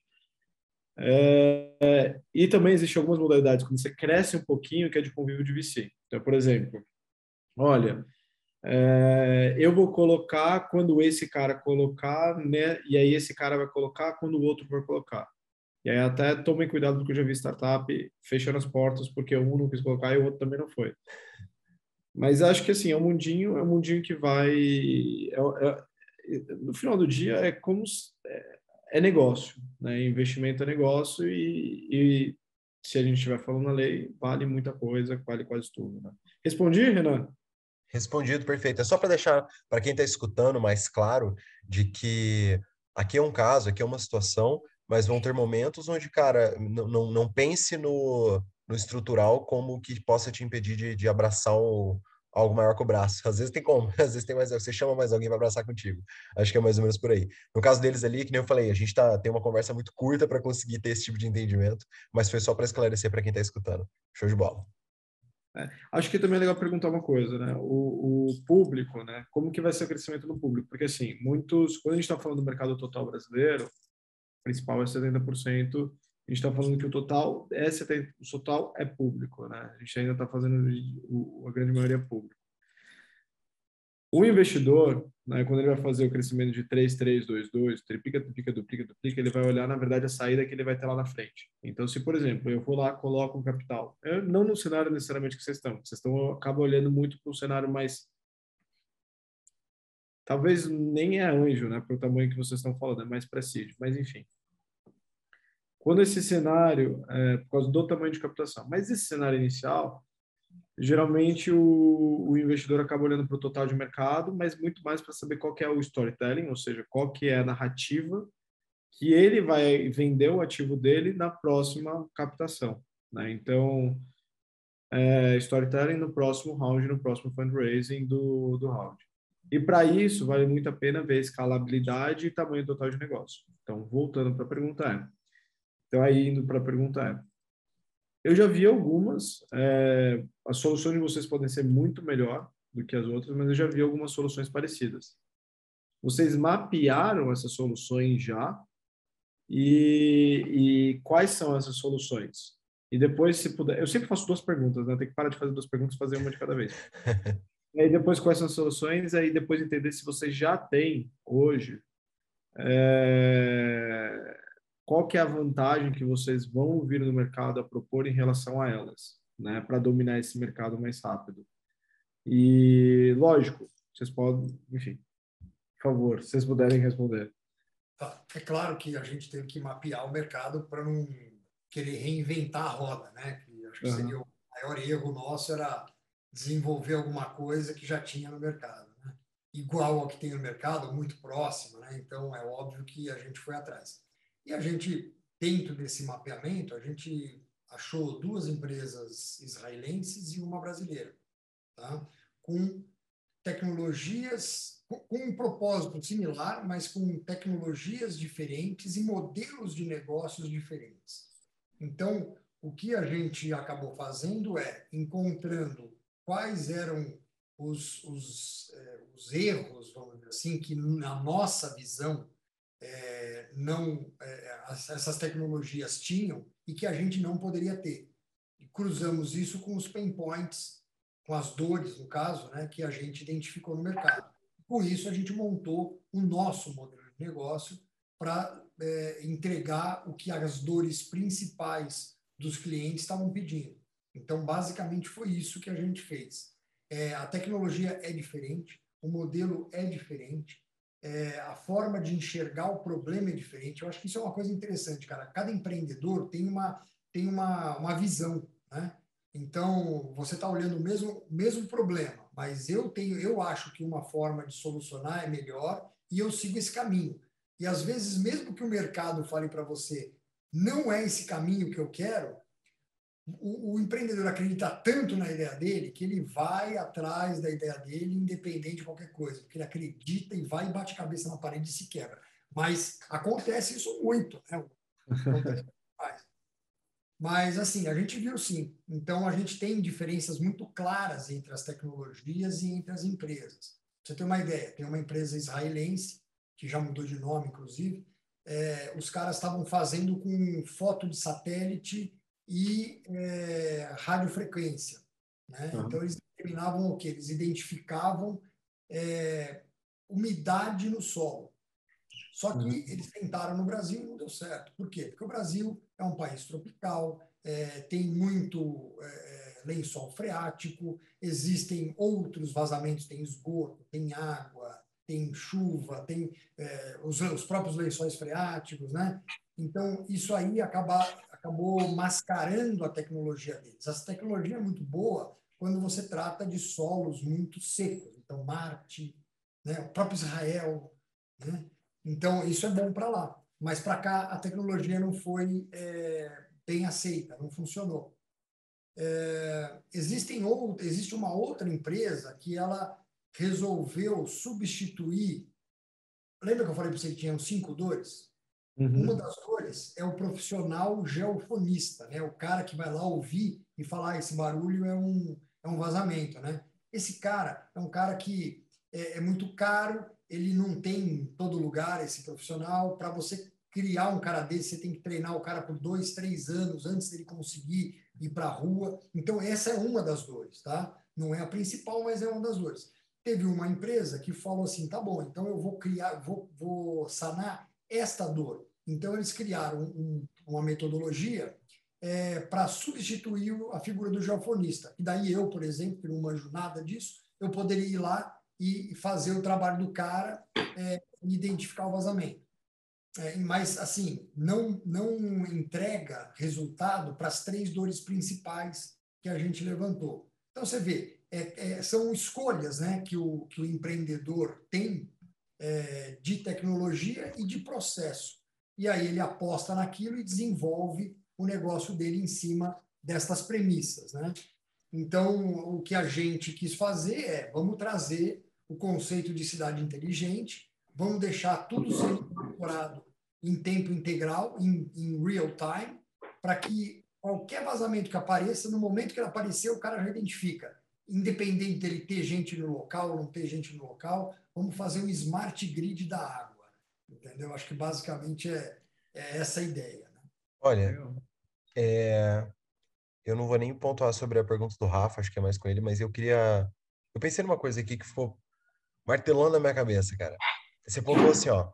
É, e também existem algumas modalidades, quando você cresce um pouquinho, que é de convívio de V C. Então, por exemplo, olha, é, eu vou colocar quando esse cara colocar, né? E aí esse cara vai colocar quando o outro for colocar. E aí até tomem cuidado, porque eu já vi startup fechando as portas porque um não quis colocar e o outro também não foi. Mas acho que assim, é um mundinho, é um mundinho que vai. É, é, no final do dia, é como é negócio, né? Investimento é negócio e, e se a gente estiver falando a lei, vale muita coisa, vale quase tudo, né? Respondi, Renan? Respondido, perfeito. É só para deixar para quem está escutando mais claro de que aqui é um caso, aqui é uma situação, mas vão ter momentos onde, cara, não, não, não pense no, no estrutural como que possa te impedir de, de abraçar o, algo maior que o braço. Às vezes tem como, às vezes tem mais, você chama mais alguém para abraçar contigo. Acho que é mais ou menos por aí. No caso deles ali, que nem eu falei, a gente tá, tem uma conversa muito curta para conseguir ter esse tipo de entendimento, mas foi só para esclarecer para quem está escutando. Show de bola. É, acho que também é legal perguntar uma coisa, né? O, o público, né? Como que vai ser o crescimento do público? Porque, assim, muitos... Quando a gente está falando do mercado total brasileiro, o principal é setenta por cento, a gente está falando que o total é setenta por cento, o total é público, né? A gente ainda está fazendo o, a grande maioria público. O investidor, né, quando ele vai fazer o crescimento de três, três, dois, dois, triplica, duplica, duplica, duplica, ele vai olhar, na verdade, a saída que ele vai ter lá na frente. Então, se, por exemplo, eu vou lá, coloco um capital, eu, não no cenário necessariamente que vocês estão, vocês estão, acabam olhando muito para um cenário mais, talvez nem é anjo, né, para o tamanho que vocês estão falando, é mais prestígio, mas enfim. Quando esse cenário, é, por causa do tamanho de captação, mas esse cenário inicial, geralmente o, o investidor acaba olhando para o total de mercado, mas muito mais para saber qual que é o storytelling, ou seja, qual que é a narrativa que ele vai vender o ativo dele na próxima captação, né? Então, é, storytelling no próximo round, no próximo fundraising do, do round. E para isso, vale muito a pena ver escalabilidade e tamanho total de negócio. Então, voltando para a pergunta é, então aí indo para a pergunta é, eu já vi algumas, é, as soluções de vocês podem ser muito melhor do que as outras, mas eu já vi algumas soluções parecidas. Vocês mapearam essas soluções já? E, e quais são essas soluções? E depois, se puder, eu sempre faço duas perguntas, né? Tem que parar de fazer duas perguntas e fazer uma de cada vez. E aí depois, quais são as soluções? Aí depois entender se você já tem hoje, é, qual que é a vantagem que vocês vão vir no mercado a propor em relação a elas, né? Para dominar esse mercado mais rápido. E, lógico, vocês podem, enfim, por favor, se vocês puderem responder. Tá. É claro que a gente tem que mapear o mercado para não querer reinventar a roda, né? Que acho que seria o maior erro nosso era desenvolver alguma coisa que já tinha no mercado, né? Igual ao que tem no mercado, muito próximo, né? Então é óbvio que a gente foi atrás. E a gente, dentro desse mapeamento, a gente achou duas empresas israelenses e uma brasileira, tá? Com tecnologias, com um propósito similar, mas com tecnologias diferentes e modelos de negócios diferentes. Então, o que a gente acabou fazendo é encontrando quais eram os, os, eh, os erros, vamos dizer assim, que na nossa visão eh, não eh, essas tecnologias tinham e que a gente não poderia ter. E cruzamos isso com os pain points, com as dores, no caso, né, que a gente identificou no mercado. Com isso, a gente montou o nosso modelo de negócio para é, entregar o que as dores principais dos clientes estavam pedindo. Então, basicamente, foi isso que a gente fez. É, a tecnologia é diferente, o modelo é diferente, é, a forma de enxergar o problema é diferente. Eu acho que isso é uma coisa interessante, cara. Cada empreendedor tem uma, tem uma, uma visão, né? Então, você está olhando o mesmo, mesmo problema, mas eu tenho, eu acho que uma forma de solucionar é melhor e eu sigo esse caminho. E às vezes, mesmo que o mercado fale para você, não é esse caminho que eu quero, o, o empreendedor acredita tanto na ideia dele que ele vai atrás da ideia dele, independente de qualquer coisa, porque ele acredita e vai e bate a cabeça na parede e se quebra. Mas acontece isso muito, né? Acontece mais. Mas, assim, a gente viu sim. Então, a gente tem diferenças muito claras entre as tecnologias e entre as empresas. Pra você ter uma ideia, tem uma empresa israelense, que já mudou de nome, inclusive, é, os caras estavam fazendo com foto de satélite e é, radiofrequência, né? Uhum. Então, eles determinavam o quê? Eles identificavam é, umidade no solo. Só que Uhum. eles tentaram no Brasil e não deu certo. Por quê? Porque o Brasil é um país tropical, é, tem muito é, lençol freático, existem outros vazamentos, tem esgoto, tem água, tem chuva, tem é, os, os próprios lençóis freáticos, né? Então, isso aí acaba, acabou mascarando a tecnologia deles. Essa tecnologia é muito boa quando você trata de solos muito secos. Então, Marte, né? O próprio Israel, né? Então, isso é bom para lá. Mas para cá, a tecnologia não foi é, bem aceita, não funcionou. É, existem ou, existe uma outra empresa que ela resolveu substituir. Lembra que eu falei para você que tinham cinco dores? Uma Uhum. das dores é o profissional geofonista, né? O cara que vai lá ouvir e falar: ah, esse barulho é um, é um vazamento, né? Esse cara é um cara que é, é muito caro, ele não tem em todo lugar esse profissional. Para você criar um cara desse, você tem que treinar o cara por dois, três anos antes dele conseguir ir para a rua. Então, essa é uma das dores, tá? Não é a principal, mas é uma das dores. Teve uma empresa que falou assim: tá bom, então eu vou criar, vou, vou sanar esta dor. Então, eles criaram um, uma metodologia é, para substituir a figura do geofonista. E daí eu, por exemplo, que não manjo nada disso, eu poderia ir lá e fazer o trabalho do cara é, e identificar o vazamento. É, mas, assim, não, não entrega resultado para as três dores principais que a gente levantou. Então, você vê, é, é, são escolhas, né, que, o, que o empreendedor tem é, de tecnologia e de processo. E aí ele aposta naquilo e desenvolve o negócio dele em cima destas premissas, né? Então, o que a gente quis fazer é, vamos trazer o conceito de cidade inteligente, vamos deixar tudo sendo incorporado em tempo integral, em, em real time, para que qualquer vazamento que apareça, no momento que ele aparecer, o cara já identifica. Independente dele ter gente no local ou não ter gente no local, vamos fazer um smart grid da água. Entendeu? Acho que basicamente é, é essa a ideia. Né? Olha, é, eu não vou nem pontuar sobre a pergunta do Rafa, acho que é mais com ele, mas eu queria. Eu pensei numa coisa aqui que ficou martelando na minha cabeça, cara. Você pontuou assim, ó.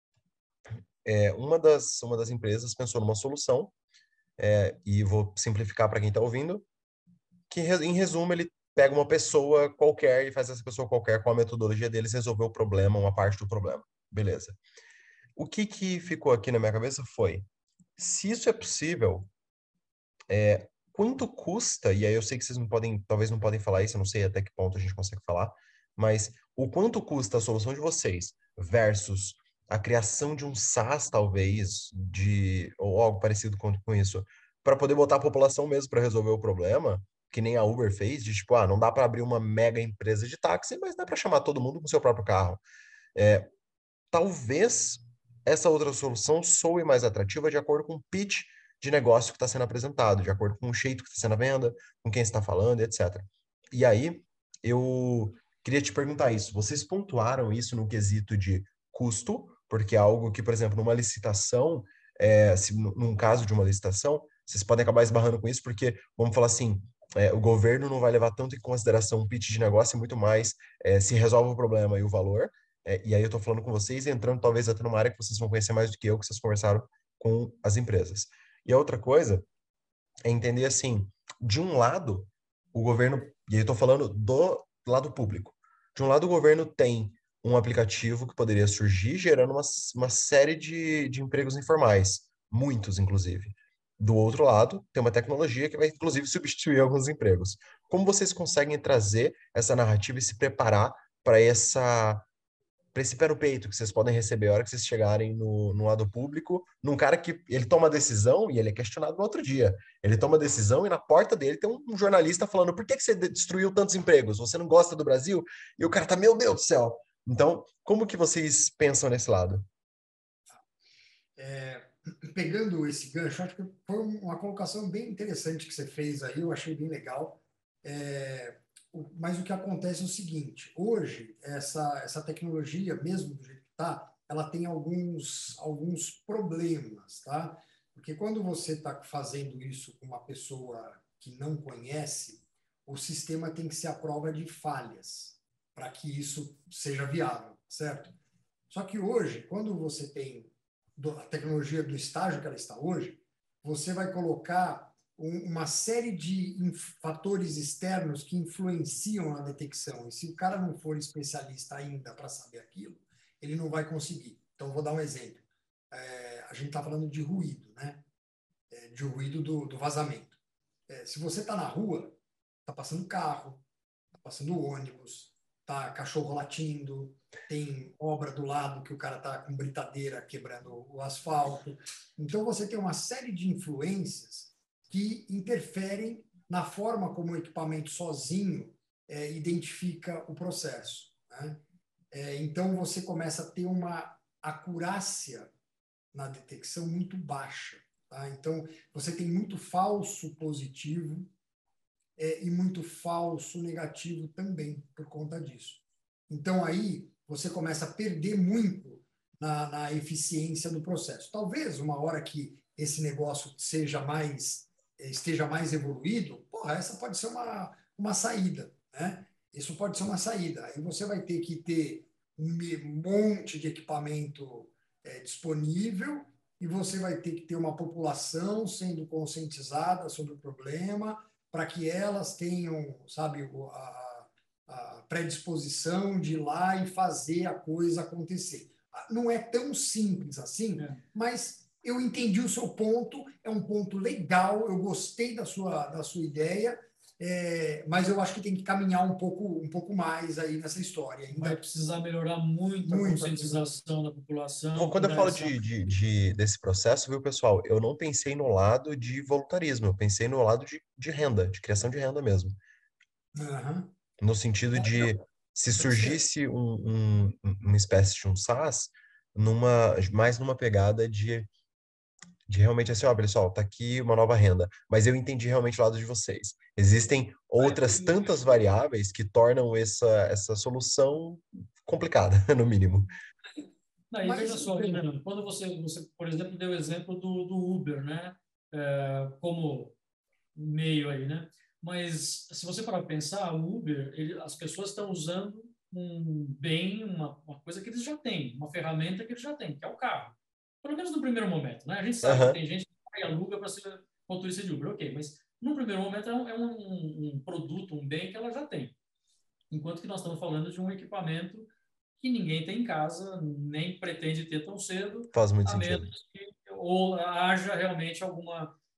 É, uma das, uma das empresas pensou numa solução, é, e vou simplificar para quem está ouvindo, que re- em resumo ele pega uma pessoa qualquer e faz essa pessoa qualquer com a metodologia deles resolver o problema, uma parte do problema. Beleza. O que que ficou aqui na minha cabeça foi, se isso é possível, é, quanto custa, e aí eu sei que vocês não podem, talvez não podem falar isso, eu não sei até que ponto a gente consegue falar, mas o quanto custa a solução de vocês versus a criação de um SaaS, talvez, de, ou algo parecido com, com isso, para poder botar a população mesmo para resolver o problema, que nem a Uber fez, de tipo, ah, não dá para abrir uma mega empresa de táxi, mas dá para chamar todo mundo com seu próprio carro. É, talvez essa outra solução soe mais atrativa de acordo com o pitch de negócio que está sendo apresentado, de acordo com o jeito que está sendo a venda, com quem está falando, etcétera. E aí, eu queria te perguntar isso. Vocês pontuaram isso no quesito de custo, porque é algo que, por exemplo, numa licitação, é, se, num caso de uma licitação, vocês podem acabar esbarrando com isso, porque, vamos falar assim, é, o governo não vai levar tanto em consideração o pitch de negócio, e muito mais é, se resolve o problema e o valor, é, e aí eu estou falando com vocês, entrando talvez até numa área que vocês vão conhecer mais do que eu, que vocês conversaram com as empresas. E a outra coisa é entender assim, de um lado, o governo, e aí eu estou falando do lado público, de um lado o governo tem um aplicativo que poderia surgir gerando uma, uma série de, de empregos informais, muitos inclusive. Do outro lado, tem uma tecnologia que vai inclusive substituir alguns empregos. Como vocês conseguem trazer essa narrativa e se preparar para essa para esse pé no peito que vocês podem receber a hora que vocês chegarem no, no lado público, num cara que ele toma decisão e ele é questionado no outro dia. Ele toma decisão e na porta dele tem um, um jornalista falando: por que, que você destruiu tantos empregos? Você não gosta do Brasil? E o cara tá, meu Deus do céu. Então, como que vocês pensam nesse lado? É, pegando esse gancho, acho que foi uma colocação bem interessante que você fez aí, eu achei bem legal. É, mas o que acontece é o seguinte, hoje, essa, essa tecnologia, mesmo do jeito que está, ela tem alguns, alguns problemas, tá? Porque quando você está fazendo isso com uma pessoa que não conhece, o sistema tem que ser à prova de falhas para que isso seja viável, certo? Só que hoje, quando você tem a tecnologia do estágio que ela está hoje, você vai colocar uma série de fatores externos que influenciam na detecção. E se o cara não for especialista ainda para saber aquilo, ele não vai conseguir. Então, vou dar um exemplo. É, a gente está falando de ruído, né? É, de ruído do, do vazamento. É, se você está na rua, está passando carro, está passando ônibus, tá cachorro latindo, tem obra do lado que o cara tá com britadeira quebrando o asfalto. Então você tem uma série de influências que interferem na forma como o equipamento sozinho é, identifica o processo, né? É, então você começa a ter uma acurácia na detecção muito baixa, tá? Então você tem muito falso positivo é, e muito falso negativo também por conta disso. Então aí você começa a perder muito na, na eficiência do processo. Talvez uma hora que esse negócio seja mais esteja mais evoluído, porra, essa pode ser uma, uma saída, né? Isso pode ser uma saída. Aí você vai ter que ter um monte de equipamento é, disponível e você vai ter que ter uma população sendo conscientizada sobre o problema para que elas tenham, sabe, a, a predisposição de ir lá e fazer a coisa acontecer. Não é tão simples assim, é. Mas eu entendi o seu ponto, é um ponto legal, eu gostei da sua, da sua ideia, é, mas eu acho que tem que caminhar um pouco, um pouco mais aí nessa história. Ainda vai precisar melhorar muito, muito a conscientização da população. Bom, quando eu falo essa... de, de, de, desse processo, viu, pessoal, eu não pensei no lado de voluntarismo, eu pensei no lado de, de renda, de criação de renda mesmo. Uhum. No sentido de, se surgisse um, um, uma espécie de um SaaS, numa, mais numa pegada de, de realmente assim, ó, pessoal, tá aqui uma nova renda, mas eu entendi realmente o lado de vocês. Existem outras tantas variáveis que tornam essa, essa solução complicada, no mínimo. Não, e veja só, Fernando, quando você, você, por exemplo, deu o exemplo do, do Uber, né, é, como meio aí, né, mas se você parar para pensar, o Uber, ele, as pessoas estão usando um bem, uma, uma coisa que eles já têm, uma ferramenta que eles já têm, que é o carro. Pelo menos no primeiro momento, né? A gente sabe uhum. que tem gente que vai aluga para ser motorista de Uber, ok, mas no primeiro momento é, um, é um, um produto, um bem que ela já tem. Enquanto que nós estamos falando de um equipamento que ninguém tem em casa, nem pretende ter tão cedo, Faz muito a sentido. menos que ou haja realmente alguma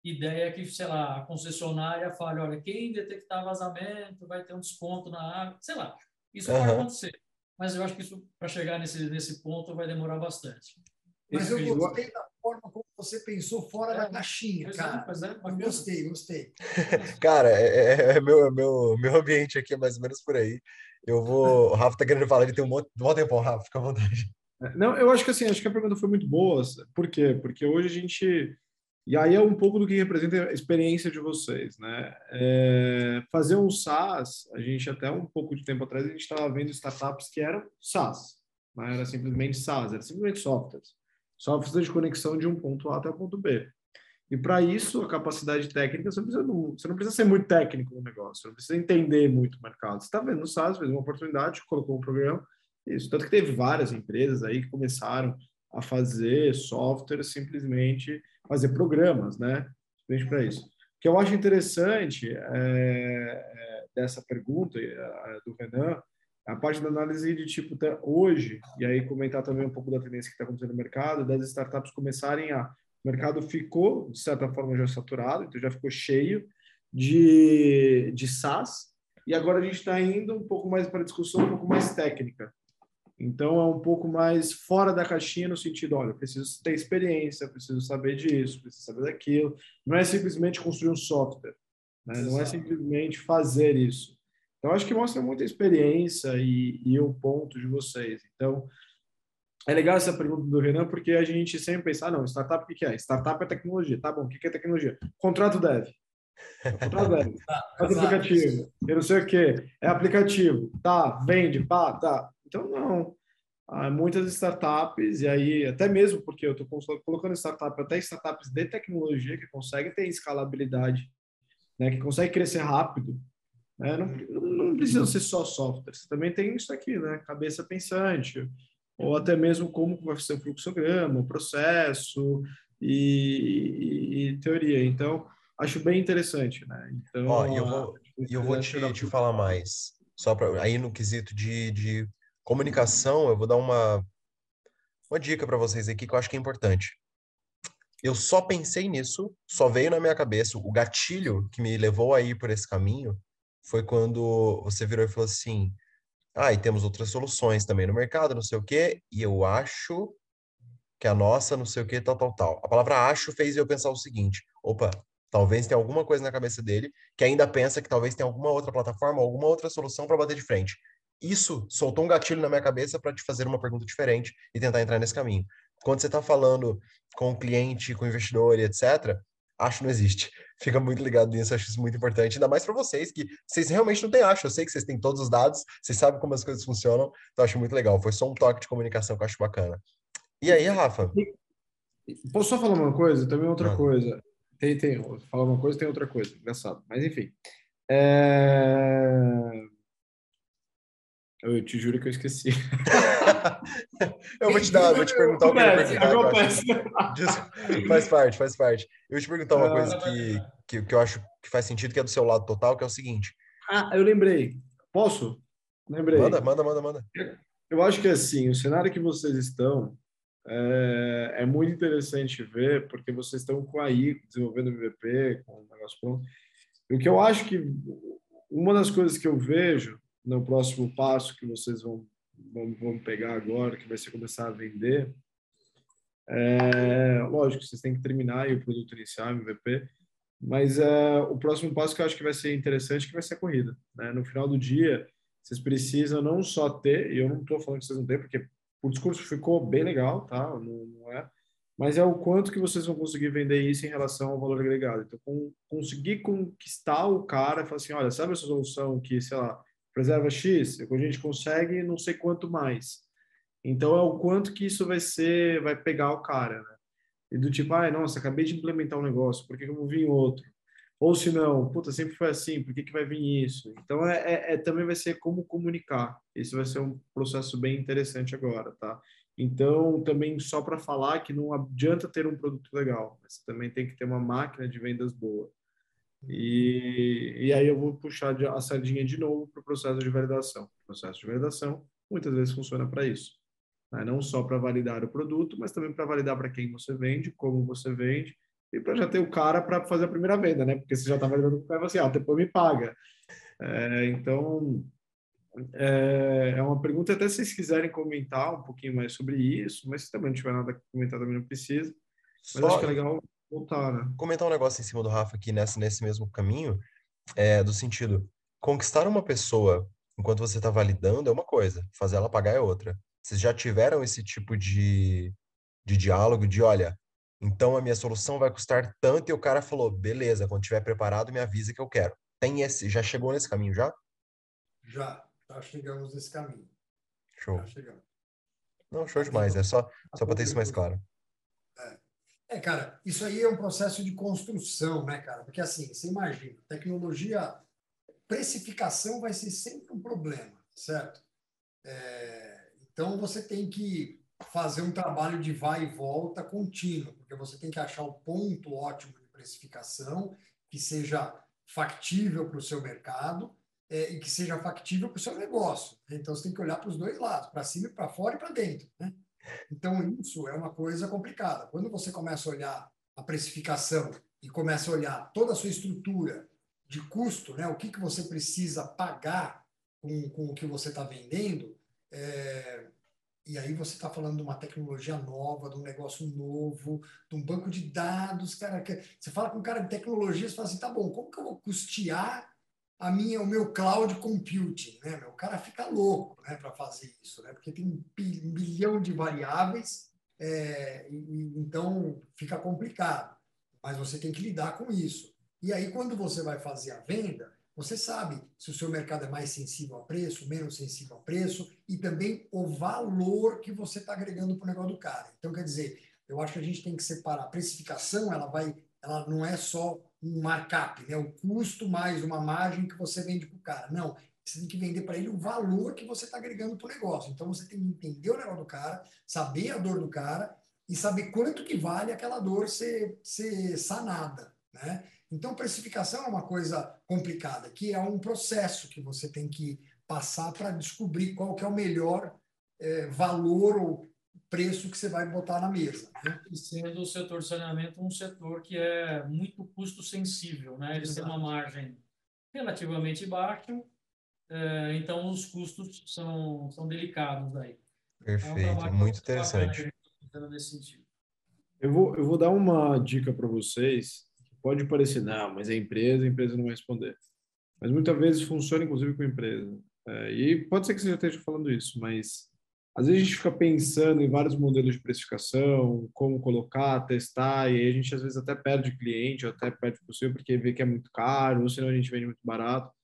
ideia que, sei lá, a concessionária fale, olha, quem detectar vazamento vai ter um desconto na água, sei lá. Isso pode Aham. acontecer, mas eu acho que isso, para chegar nesse, nesse ponto, vai demorar bastante. Mas Esse eu visual- gostei da forma como você pensou fora É, da caixinha, pois é, cara. pois é, Eu bacana. gostei, gostei. Cara, é, é- é meu, é meu, meu ambiente aqui é mais ou menos por aí. Eu vou. O Rafa tá querendo falar, ele tem um monte. Volta tempão, Rafa, fica à vontade. Não, eu acho que assim, acho que a pergunta foi muito boa. Por quê? Porque hoje a gente. E aí é um pouco do que representa a experiência de vocês, né? É, fazer um SaaS, a gente até um pouco de tempo atrás, a gente estava vendo startups que eram SaaS, não era simplesmente SaaS, era simplesmente softwares. Softwares de conexão de um ponto A até o ponto B. E para isso, a capacidade técnica, você não, precisa, você não precisa ser muito técnico no negócio, você não precisa entender muito o mercado. Você está vendo no SaaS, fez uma oportunidade, colocou um programa, isso. Tanto que teve várias empresas aí que começaram a fazer software, simplesmente fazer programas, né? Simplesmente para isso. O que eu acho interessante é, é, dessa pergunta é, do Renan, a parte da análise de tipo, tá, hoje, e aí comentar também um pouco da tendência que está acontecendo no mercado, das startups começarem a o mercado ficou, de certa forma, já saturado, então já ficou cheio de, de SaaS, e agora a gente está indo um pouco mais para a discussão um pouco mais técnica. Então, é um pouco mais fora da caixinha no sentido, olha, preciso ter experiência, preciso saber disso, preciso saber daquilo. Não é simplesmente construir um software, né? Não é simplesmente fazer isso. Então, acho que mostra muita experiência e, e o ponto de vocês. Então, é legal essa pergunta do Renan, porque a gente sempre pensa, ah, não, startup o que que é? Startup é tecnologia. Tá bom, o que que é tecnologia? Contrato dev. Contrato dev. Faz aplicativo. Eu não sei o quê. É aplicativo. Tá, vende, pá, tá. Então, não. Há muitas startups, e aí, até mesmo porque eu estou colocando startup, até startups de tecnologia que conseguem ter escalabilidade, né, que conseguem crescer rápido, né? Não, não precisam ser só softwares, também tem isso aqui, né? Cabeça pensante, ou até mesmo como vai ser o fluxograma, o processo e, e, e teoria. Então, acho bem interessante, né? Ó, e eu Então, a, vou, e eu vou te, te falar mais. Só para aí no quesito de, de comunicação, eu vou dar uma, uma dica para vocês aqui que eu acho que é importante. Eu só pensei nisso, só veio na minha cabeça. O gatilho que me levou a ir por esse caminho foi quando você virou e falou assim: ah, e temos outras soluções também no mercado, não sei o quê, e eu acho que a nossa, não sei o quê, tal, tal, tal. A palavra acho fez eu pensar o seguinte: opa, talvez tenha alguma coisa na cabeça dele que ainda pensa que talvez tenha alguma outra plataforma, alguma outra solução para bater de frente. Isso soltou um gatilho na minha cabeça para te fazer uma pergunta diferente e tentar entrar nesse caminho. Quando você está falando com o cliente, com o investidor e etcétera, acho não existe. Fica muito ligado nisso, acho isso muito importante, ainda mais para vocês, que vocês realmente não têm acho. Eu sei que vocês têm todos os dados, vocês sabem como as coisas funcionam, então acho muito legal. Foi só um toque de comunicação que eu acho bacana. E aí, Rafa? posso só falar uma coisa? Também outra Manda. coisa. Tem, tem, falar uma coisa tem outra coisa. Engraçado. Mas, enfim. É... Eu te juro que eu esqueci. Eu vou te dar, vou te perguntar o que eu ia Acontece, perguntar, que eu acho que acontece. Des- faz parte, faz parte. Eu vou te perguntar uma coisa Ah, que, que, que eu acho que faz sentido, que é do seu lado total, que é o seguinte. ah, eu lembrei. Posso? Manda, Lembrei. manda, manda, manda. Eu acho que assim, o cenário que vocês estão é, é muito interessante ver, porque vocês estão com a I, desenvolvendo M V P, com o negócio pronto. E o que eu acho que uma das coisas que eu vejo no próximo passo que vocês vão, vão, vão pegar agora, que vai ser começar a vender, é, lógico, vocês têm que terminar aí o produto inicial, M V P, mas é, o próximo passo que eu acho que vai ser interessante que vai ser a corrida, né? No final do dia, vocês precisam não só ter, e eu não estou falando que vocês não têm, porque o discurso ficou bem legal, tá? Não, não é, mas é o quanto que vocês vão conseguir vender isso em relação ao valor agregado. Então, com, conseguir conquistar o cara, falar assim, olha, sabe essa solução que, sei lá, preserva X, a gente consegue não sei quanto mais. Então, é o quanto que isso vai ser, vai pegar o cara, né? E do tipo, ai, nossa, acabei de implementar um negócio, por que que eu vou vir outro? Ou se não, puta, sempre foi assim, por que que vai vir isso? Então, é, é, é- também vai ser como comunicar. Esse vai ser um processo bem interessante agora, tá? Então, também só para falar que não adianta ter um produto legal, mas você também tem que ter uma máquina de vendas boa. E, e aí eu vou puxar de- a sardinha de novo para o processo de validação. O processo de validação muitas vezes funciona para isso, né? Não só para validar o produto, mas também para validar para quem você vende, como você vende e para já ter o cara para fazer a primeira venda, né? Porque você já está validando com o cara assim, ah, depois me paga. É, então, é, é uma pergunta, até se vocês quiserem comentar um pouquinho mais sobre isso, mas se também não tiver nada a comentar, também não precisa. Mas acho Só que é legal voltar, né? comentar um negócio em cima do Rafa aqui nessa, nesse mesmo caminho, é do sentido, conquistar uma pessoa enquanto você está validando é uma coisa, fazer ela pagar é outra. Vocês já tiveram esse tipo de, de diálogo de, olha, então a minha solução vai custar tanto e o cara falou, beleza, quando estiver preparado me avisa que eu quero. Tem esse, já chegou nesse caminho já? Já, já chegamos nesse caminho. Já Show. chegamos. Não, show Tá demais, vendo? é só, A só para ter isso mais conversão. claro. É. É, cara, isso aí é um processo de construção, né, cara? Porque assim, você imagina, tecnologia, precificação vai ser sempre um problema, certo? É, então você tem que fazer um trabalho de vai e volta contínuo, porque você tem que achar o ponto ótimo de precificação que seja factível para o seu mercado é, e que seja factível para o seu negócio. Então você tem que olhar para os dois lados, para cima, para fora e para dentro, né? Então, isso é uma coisa complicada. Quando você começa a olhar a precificação e começa a olhar toda a sua estrutura de custo, né, o que, que você precisa pagar com, com o que você está vendendo, é, e aí você está falando de uma tecnologia nova, de um negócio novo, de um banco de dados, cara, que, você fala com um cara de tecnologia, você fala assim, tá bom, como que eu vou custear a minha, o meu cloud computing, né? O cara fica louco, né, para fazer isso, né? Porque tem um bilhão de variáveis, é, e, então fica complicado. Mas você tem que lidar com isso. E aí, quando você vai fazer a venda, você sabe se o seu mercado é mais sensível a preço, menos sensível a preço, e também o valor que você está agregando para o negócio do cara. Então, quer dizer, eu acho que a gente tem que separar. A precificação, ela vai, ela não é só um markup, né? O custo mais uma margem que você vende para o cara. Não, você tem que vender para ele o valor que você está agregando para o negócio. Então você tem que entender o negócio do cara, saber a dor do cara e saber quanto que vale aquela dor ser, ser sanada, né? Então precificação é uma coisa complicada, que é um processo que você tem que passar para descobrir qual que é o melhor é, valor ou preço que você vai botar na mesa, né? E sendo o setor de saneamento um setor que é muito custo sensível, né? Eles têm uma margem relativamente baixa, é, então os custos são, são delicados daí. É um Perfeito, trabalho muito bastante bacana que a interessante. gente está fazendo nesse sentido. Eu vou, eu vou dar uma dica para vocês, que pode parecer, não, mas é empresa, a empresa não vai responder. Mas muitas vezes funciona, inclusive, com empresa. É, e pode ser que você já esteja falando isso, mas às vezes a gente fica pensando em vários modelos de precificação, como colocar, testar, e aí a gente às vezes até perde cliente, ou até perde possível porque vê que é muito caro, ou senão a gente vende muito barato.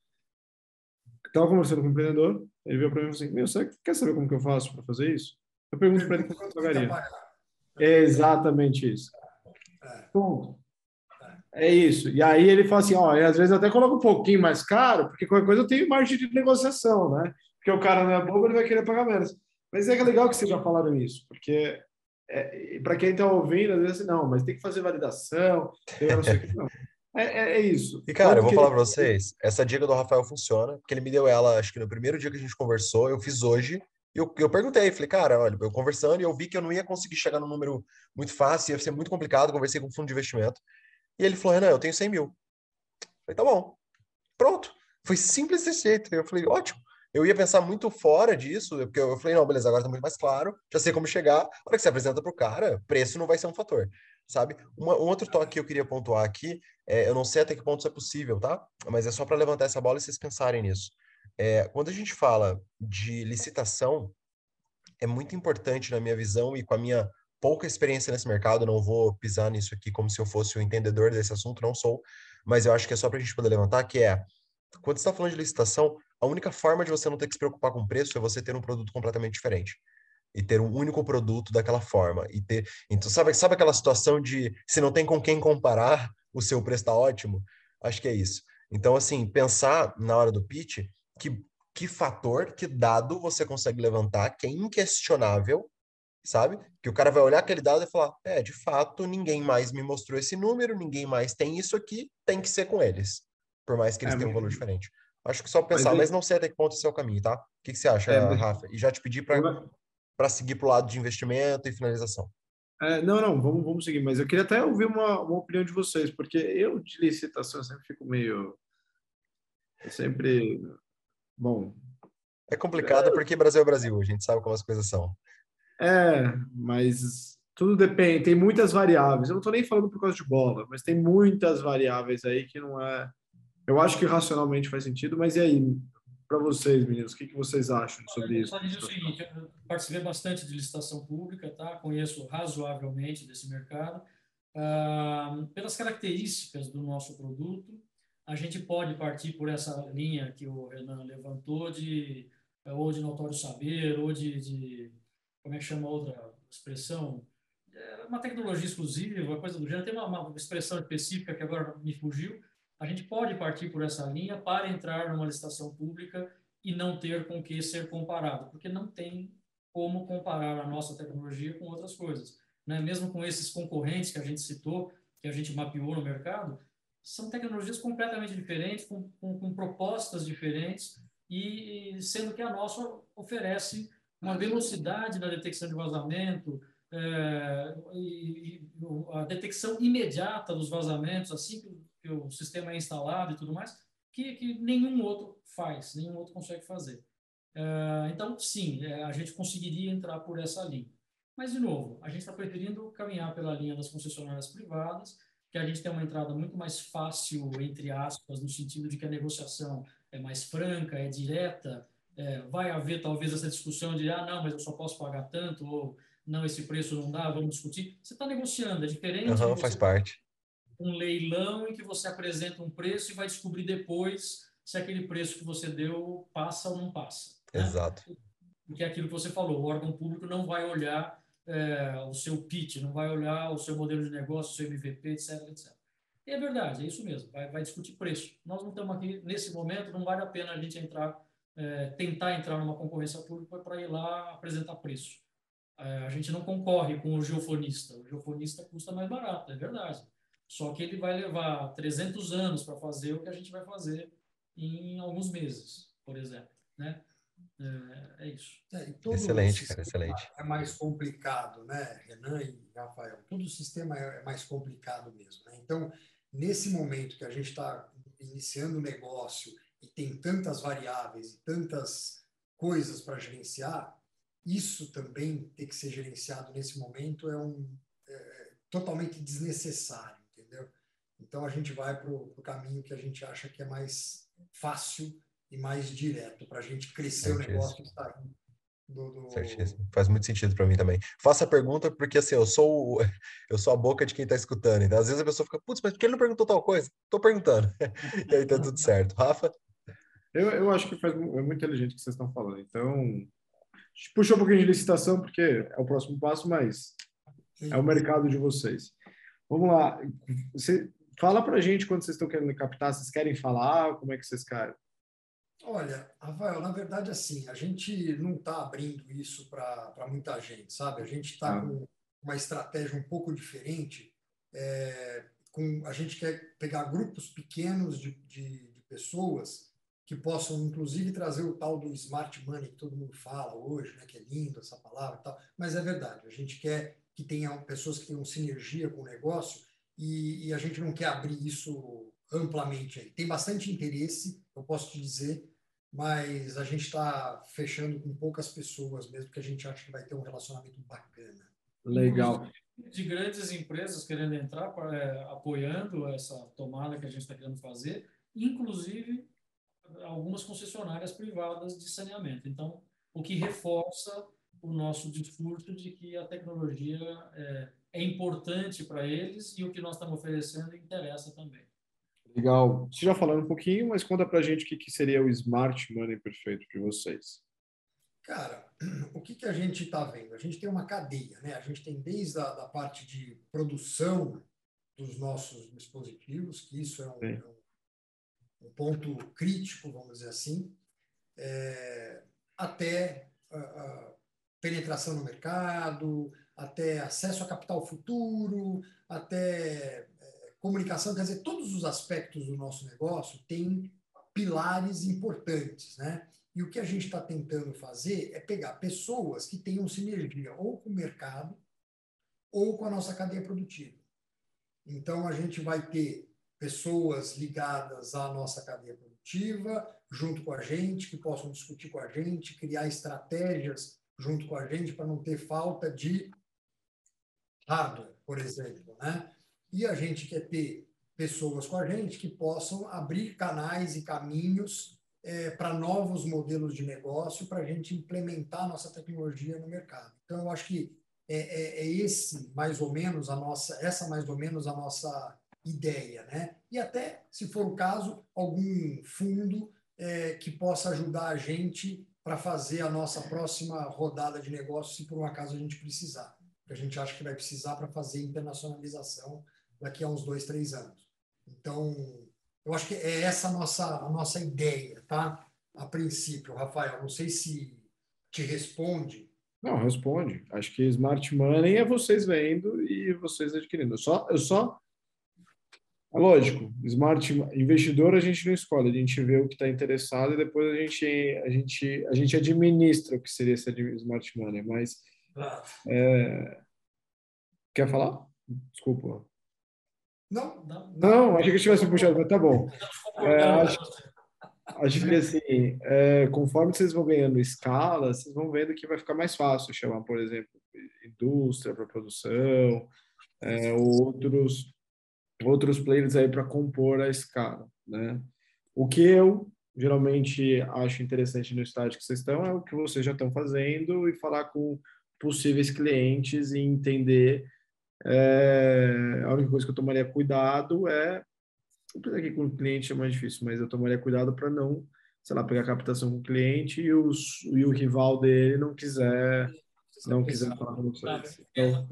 Estava conversando com um empreendedor, ele veio para mim e falou assim, meu, você quer saber como que eu faço para fazer isso? Eu pergunto para ele Pergunta quanto eu quanto fica pagaria. pagar. É exatamente isso. É, Ponto. é. É isso. E aí ele fala assim, ó, e às vezes eu até coloco um pouquinho mais caro, porque qualquer coisa eu tenho margem de negociação, né? Porque o cara não é bobo, ele vai querer pagar menos. Mas é que é legal que vocês já falaram isso, porque é, para quem está ouvindo, às vezes assim, não, mas tem que fazer validação, tem não sei o que. Não. É, é, é isso. E, cara, eu Quanto vou que ele... falar pra vocês, essa dica do Rafael funciona, porque ele me deu ela, acho que no primeiro dia que a gente conversou, eu fiz hoje, e eu, eu perguntei, falei, cara, olha, eu conversando, e eu vi que eu não ia conseguir chegar num número muito fácil, ia ser muito complicado, conversei com o fundo de investimento, e ele falou, Renan, eu tenho cem mil. Eu falei, tá bom, pronto. Foi simples desse jeito. Eu falei, ótimo. Eu ia pensar muito fora disso, porque eu falei, não, beleza, agora tá muito mais claro, já sei como chegar. A hora que você apresenta pro cara, preço não vai ser um fator, sabe? Uma, um outro toque que eu queria pontuar aqui, é, eu não sei até que ponto isso é possível, tá? Mas é só para levantar essa bola e vocês pensarem nisso. É, quando a gente fala de licitação, é muito importante na minha visão e com a minha pouca experiência nesse mercado, eu não vou pisar nisso aqui como se eu fosse o entendedor desse assunto, não sou, mas eu acho que é só para a gente poder levantar, que é, quando você está falando de licitação, a única forma de você não ter que se preocupar com o preço é você ter um produto completamente diferente. E ter um único produto daquela forma. E ter. Então, sabe, sabe aquela situação de se não tem com quem comparar, o seu preço está ótimo? Acho que é isso. Então, assim, pensar na hora do pitch que, que fator, que dado você consegue levantar, que é inquestionável, sabe? Que o cara vai olhar aquele dado e falar: é, de fato, ninguém mais me mostrou esse número, ninguém mais tem isso aqui, tem que ser com eles, por mais que eles É, tenham um valor diferente. Acho que só mas, pensar, mas aí, não sei até que ponto esse é o caminho, tá? O que, que você acha, é, mas Rafa? E já te pedi para para seguir para o lado de investimento e finalização. É, não, não, vamos, vamos seguir, mas eu queria até ouvir uma, uma opinião de vocês, porque eu de licitação eu sempre fico meio. Eu sempre. Bom, É complicado porque Brasil é Brasil, a gente sabe como as coisas são. é, mas tudo depende, tem muitas variáveis. Eu não estou nem falando por causa de bola, mas tem muitas variáveis aí que não é. Eu acho que racionalmente faz sentido, mas e aí, para vocês, meninos, o que, que vocês acham sobre Eu isso? só diria o seguinte, eu participei bastante de licitação pública, tá? Conheço razoavelmente desse mercado. Ah, pelas características do nosso produto, a gente pode partir por essa linha que o Renan levantou de ou de notório saber, ou de, de como é que chama a outra expressão? É uma tecnologia exclusiva, coisa do gênero. Tem uma, uma expressão específica que agora me fugiu. A gente pode partir por essa linha para entrar numa licitação pública e não ter com que ser comparado, porque não tem como comparar a nossa tecnologia com outras coisas. Né? Mesmo com esses concorrentes que a gente citou, que a gente mapeou no mercado, são tecnologias completamente diferentes, com, com, com propostas diferentes, e sendo que a nossa oferece uma velocidade na detecção de vazamento, é, e, e a detecção imediata dos vazamentos, assim que o, que o sistema é instalado e tudo mais, que, que nenhum outro faz, nenhum outro consegue fazer. Uh, então, sim, é, a gente conseguiria entrar por essa linha. Mas, de novo, a gente está preferindo caminhar pela linha das concessionárias privadas, que a gente tem uma entrada muito mais fácil, entre aspas, no sentido de que a negociação é mais franca, é direta, é, vai haver talvez essa discussão de, ah, não, mas eu só posso pagar tanto, ou não, esse preço não dá, vamos discutir. Você está negociando, é diferente de Aham, faz você parte. um leilão em que você apresenta um preço e vai descobrir depois se aquele preço que você deu passa ou não passa, né? Exato. Porque é aquilo que você falou, o órgão público não vai olhar é, o seu pitch, não vai olhar o seu modelo de negócio, o seu M V P, etc, etcétera. E é verdade, é isso mesmo, vai, vai discutir preço. Nós não estamos aqui, nesse momento, não vale a pena a gente entrar, é, tentar entrar numa concorrência pública para ir lá apresentar preço. É, a gente não concorre com o geofonista, o geofonista custa mais barato, é verdade. Só que ele vai levar trezentos anos para fazer o que a gente vai fazer em alguns meses, por exemplo, né? É, é isso. É, e todo o Excelente, cara, sistema excelente. é mais complicado, né, Renan e Rafael? Todo o sistema é é mais complicado mesmo, né? Então, nesse momento que a gente está iniciando o negócio e tem tantas variáveis e tantas coisas para gerenciar, isso também ter que ser gerenciado nesse momento é um é, totalmente desnecessário, entendeu? Então, a gente vai para o caminho que a gente acha que é mais fácil e mais direto para a gente crescer o Certíssimo. negócio e sair do, do... Certíssimo. Faz muito sentido para mim também. Faça a pergunta porque, assim, eu sou, o- eu sou a boca de quem tá escutando. Então, às vezes a pessoa fica, putz, mas por que ele não perguntou tal coisa? Tô perguntando. E aí tá tudo certo. Rafa? Eu, eu acho que faz, mu- é muito inteligente o que vocês estão falando. Então, a gente puxou um pouquinho de licitação, porque é o próximo passo, mas é o mercado de vocês. Vamos lá. Você, fala pra gente quando vocês estão querendo captar, vocês querem falar? Como é que vocês querem? Olha, Rafael, na verdade, assim, a gente não está abrindo isso para muita gente, sabe? A gente está Ah, com uma estratégia um pouco diferente. É, com, a gente quer pegar grupos pequenos de, de, de pessoas que possam, inclusive, trazer o tal do smart money que todo mundo fala hoje, né? Que é lindo essa palavra e tal, mas é verdade. A gente quer que tenham pessoas que tenham sinergia com o negócio e, e a gente não quer abrir isso amplamente aí. Tem bastante interesse, eu posso te dizer, mas a gente está fechando com poucas pessoas mesmo, porque a gente acha que vai ter um relacionamento bacana. Inclusive legal. de grandes empresas querendo entrar, é, apoiando essa tomada que a gente está querendo fazer, inclusive algumas concessionárias privadas de saneamento. Então, o que reforça o nosso discurso de que a tecnologia é, é importante para eles e o que nós estamos oferecendo interessa também. Legal. Você já falando um pouquinho, mas conta pra gente o que, que seria o smart money perfeito de vocês. Cara, o que, que a gente está vendo? A gente tem uma cadeia, né? A gente tem desde a da parte de produção dos nossos dispositivos, que isso é um, Sim. é um, um ponto crítico, vamos dizer assim, é, até a, a penetração no mercado, até acesso a capital futuro, até é, comunicação, quer dizer, todos os aspectos do nosso negócio têm pilares importantes, né? E o que a gente está tentando fazer é pegar pessoas que tenham sinergia ou com o mercado ou com a nossa cadeia produtiva. Então, a gente vai ter pessoas ligadas à nossa cadeia produtiva, junto com a gente, que possam discutir com a gente, criar estratégias junto com a gente para não ter falta de hardware, por exemplo, né? E a gente quer ter pessoas com a gente que possam abrir canais e caminhos é, para novos modelos de negócio, para a gente implementar nossa tecnologia no mercado. Então, eu acho que é, é, é esse, mais ou menos, a nossa, essa mais ou menos a nossa ideia, né? E até, se for o caso, algum fundo é, que possa ajudar a gente para fazer a nossa próxima rodada de negócio, se por um acaso a gente precisar. Que a gente acha que vai precisar para fazer internacionalização daqui a uns dois, três anos. Então, eu acho que é essa a nossa, a nossa ideia, tá? A princípio, Rafael, não sei se te responde. Não, responde. Acho que Smart Money é vocês vendo e vocês adquirindo. Eu só, eu só... É lógico, Smart investidor a gente não escolhe, a gente vê o que está interessado e depois a gente, a, gente, a gente administra o que seria esse Smart Money, mas... É... Quer falar? Desculpa. Não, não, não, não achei que eu tivesse puxado, mas tá bom. É, acho, acho que assim, é, conforme vocês vão ganhando escala, vocês vão vendo que vai ficar mais fácil chamar, por exemplo, indústria para produção, é, outros, outros players aí para compor a escala, né? O que eu geralmente acho interessante no estágio que vocês estão é o que vocês já estão fazendo e falar com possíveis clientes e entender. É, a única coisa que eu tomaria cuidado é, aqui com o cliente é mais difícil, mas eu tomaria cuidado para não, sei lá, pegar captação com o cliente e, os, e o rival dele não quiser, não quiser falar com vocês. Então,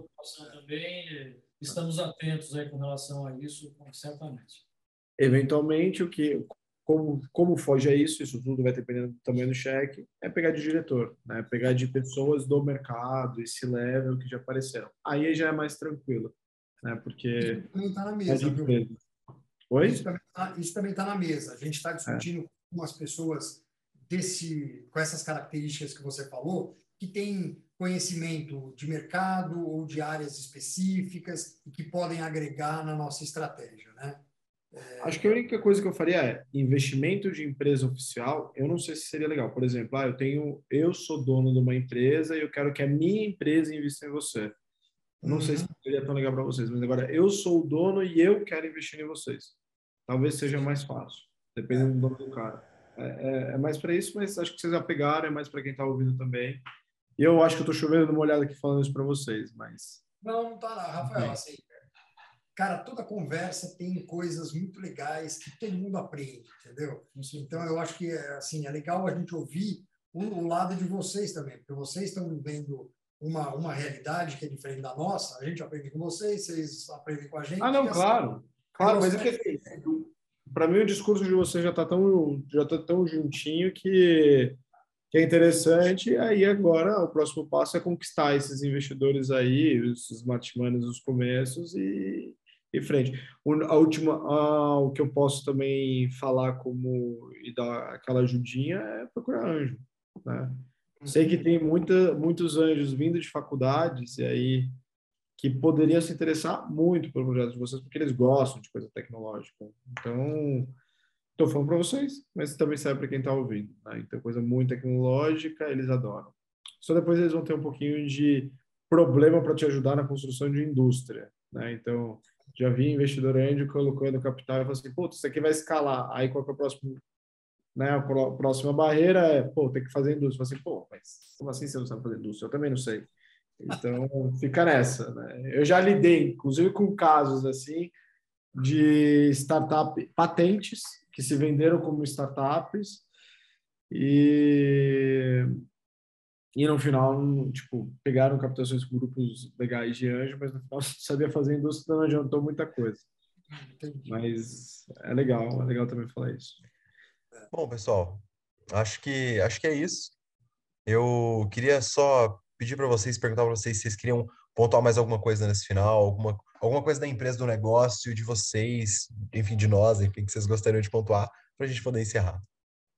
também estamos atentos aí com relação a isso, certamente. Eventualmente, o que, como, como foge a isso, isso tudo vai dependendo do tamanho do cheque, é pegar de diretor, né? Pegar de pessoas do mercado, esse level que já apareceram. Aí já é mais tranquilo, né? Porque... Isso também está na mesa, viu? Oi? Isso também está isso também tá na mesa. A gente está discutindo é. com as pessoas desse, com essas características que você falou, que têm conhecimento de mercado ou de áreas específicas e que podem agregar na nossa estratégia, né? É... Acho que a única coisa que eu faria é investimento de empresa oficial. Eu não sei se seria legal. Por exemplo, ah, eu tenho, eu sou dono de uma empresa e eu quero que a minha empresa invista em você. Eu não uhum. sei se seria tão legal para vocês, mas agora eu sou o dono e eu quero investir em vocês. Talvez seja mais fácil, dependendo do dono do cara. É, é, é mais para isso, mas acho que vocês já pegaram, é mais para quem está ouvindo também. E eu acho que eu estou chovendo uma olhada aqui falando isso para vocês, mas... Não, não tá lá, Rafael, okay. Assim, cara, toda conversa tem coisas muito legais que todo mundo aprende, entendeu? Então, eu acho que assim, é legal a gente ouvir o, o lado de vocês também, porque vocês estão vivendo uma, uma realidade que é diferente da nossa, a gente aprende com vocês, vocês aprendem com a gente. Ah, não, claro. Assim, claro, mas é que assim, para mim o discurso de vocês já está tão, já tá tão juntinho que, que é interessante. Aí agora o próximo passo é conquistar esses investidores aí, os smart money, os começos e em frente. O, a última, ah, o que eu posso também falar como e dar aquela ajudinha é procurar anjo, né? Sei que tem muita, muitos anjos vindo de faculdades e aí que poderiam se interessar muito pelo projeto de vocês porque eles gostam de coisa tecnológica. Então, estou falando para vocês, mas também serve para quem está ouvindo, né? Então, coisa muito tecnológica, eles adoram. Só depois eles vão ter um pouquinho de problema para te ajudar na construção de indústria, né? Então, já vi investidor anjo colocando capital e falando assim, pô, isso aqui vai escalar. Aí, qual que é o próximo... Né, a próxima barreira é, pô, tem que fazer indústria. Assim, pô, mas como assim você não sabe fazer indústria? Eu também não sei. Então, fica nessa, né? Eu já lidei, inclusive, com casos, assim, de startup, patentes que se venderam como startups e, e no final, tipo, pegaram captações com grupos legais de anjo, mas no final sabia fazer indústria, não adiantou muita coisa. Mas é legal, é legal também falar isso. Bom, pessoal, acho que, acho que é isso. Eu queria só pedir para vocês, perguntar para vocês se vocês queriam pontuar mais alguma coisa nesse final, alguma, alguma coisa da empresa, do negócio, de vocês, enfim, de nós, enfim, que vocês gostariam de pontuar para a gente poder encerrar.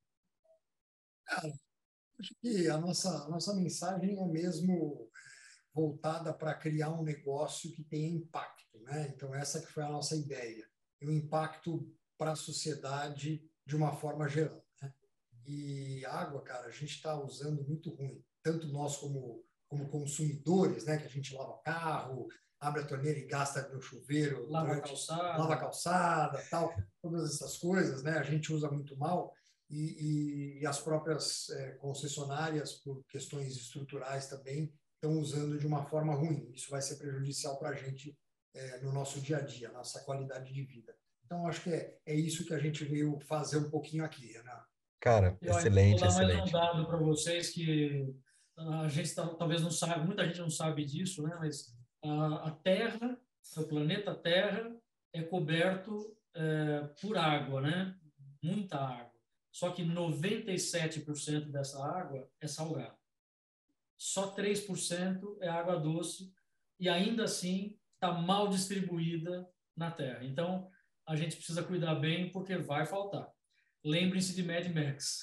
Cara, acho que a nossa, a nossa mensagem é mesmo voltada para criar um negócio que tenha impacto, né? Então, essa que foi a nossa ideia. E um impacto para a sociedade de uma forma geral, né? E água, cara, a gente está usando muito ruim. Tanto nós como, como consumidores, né? Que a gente lava carro, abre a torneira e gasta no chuveiro, Lava a durante, calçada. lava a calçada, tal. Todas essas coisas, né? A gente usa muito mal. E, e, e as próprias é, concessionárias, por questões estruturais também, estão usando de uma forma ruim. Isso vai ser prejudicial para a gente é, no nosso dia a dia, nossa qualidade de vida. Então, acho que é, é isso que a gente veio fazer um pouquinho aqui, né? Cara, Eu vou excelente, dar mais um excelente. dado para vocês que a gente talvez não sabe, muita gente não sabe disso, né? Mas a, a Terra, o planeta Terra, é coberto é, por água, né? Muita água. Só que noventa e sete por cento dessa água é salgada. Só três por cento é água doce e ainda assim está mal distribuída na Terra. Então, a gente precisa cuidar bem porque vai faltar. Lembrem-se de Mad Max.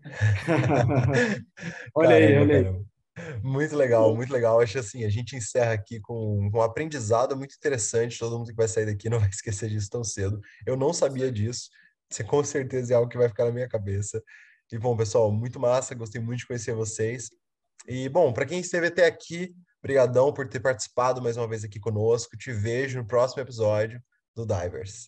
Olha aí, Caramba, olha aí. caramba. Muito legal, muito legal. Acho assim, a gente encerra aqui com, com um aprendizado muito interessante. Todo mundo que vai sair daqui não vai esquecer disso tão cedo. Eu não sabia disso. Isso com certeza é algo que vai ficar na minha cabeça. E bom, pessoal, muito massa. Gostei muito de conhecer vocês. E bom, para quem esteve até aqui, brigadão por ter participado mais uma vez aqui conosco. Te vejo no próximo episódio do Divers.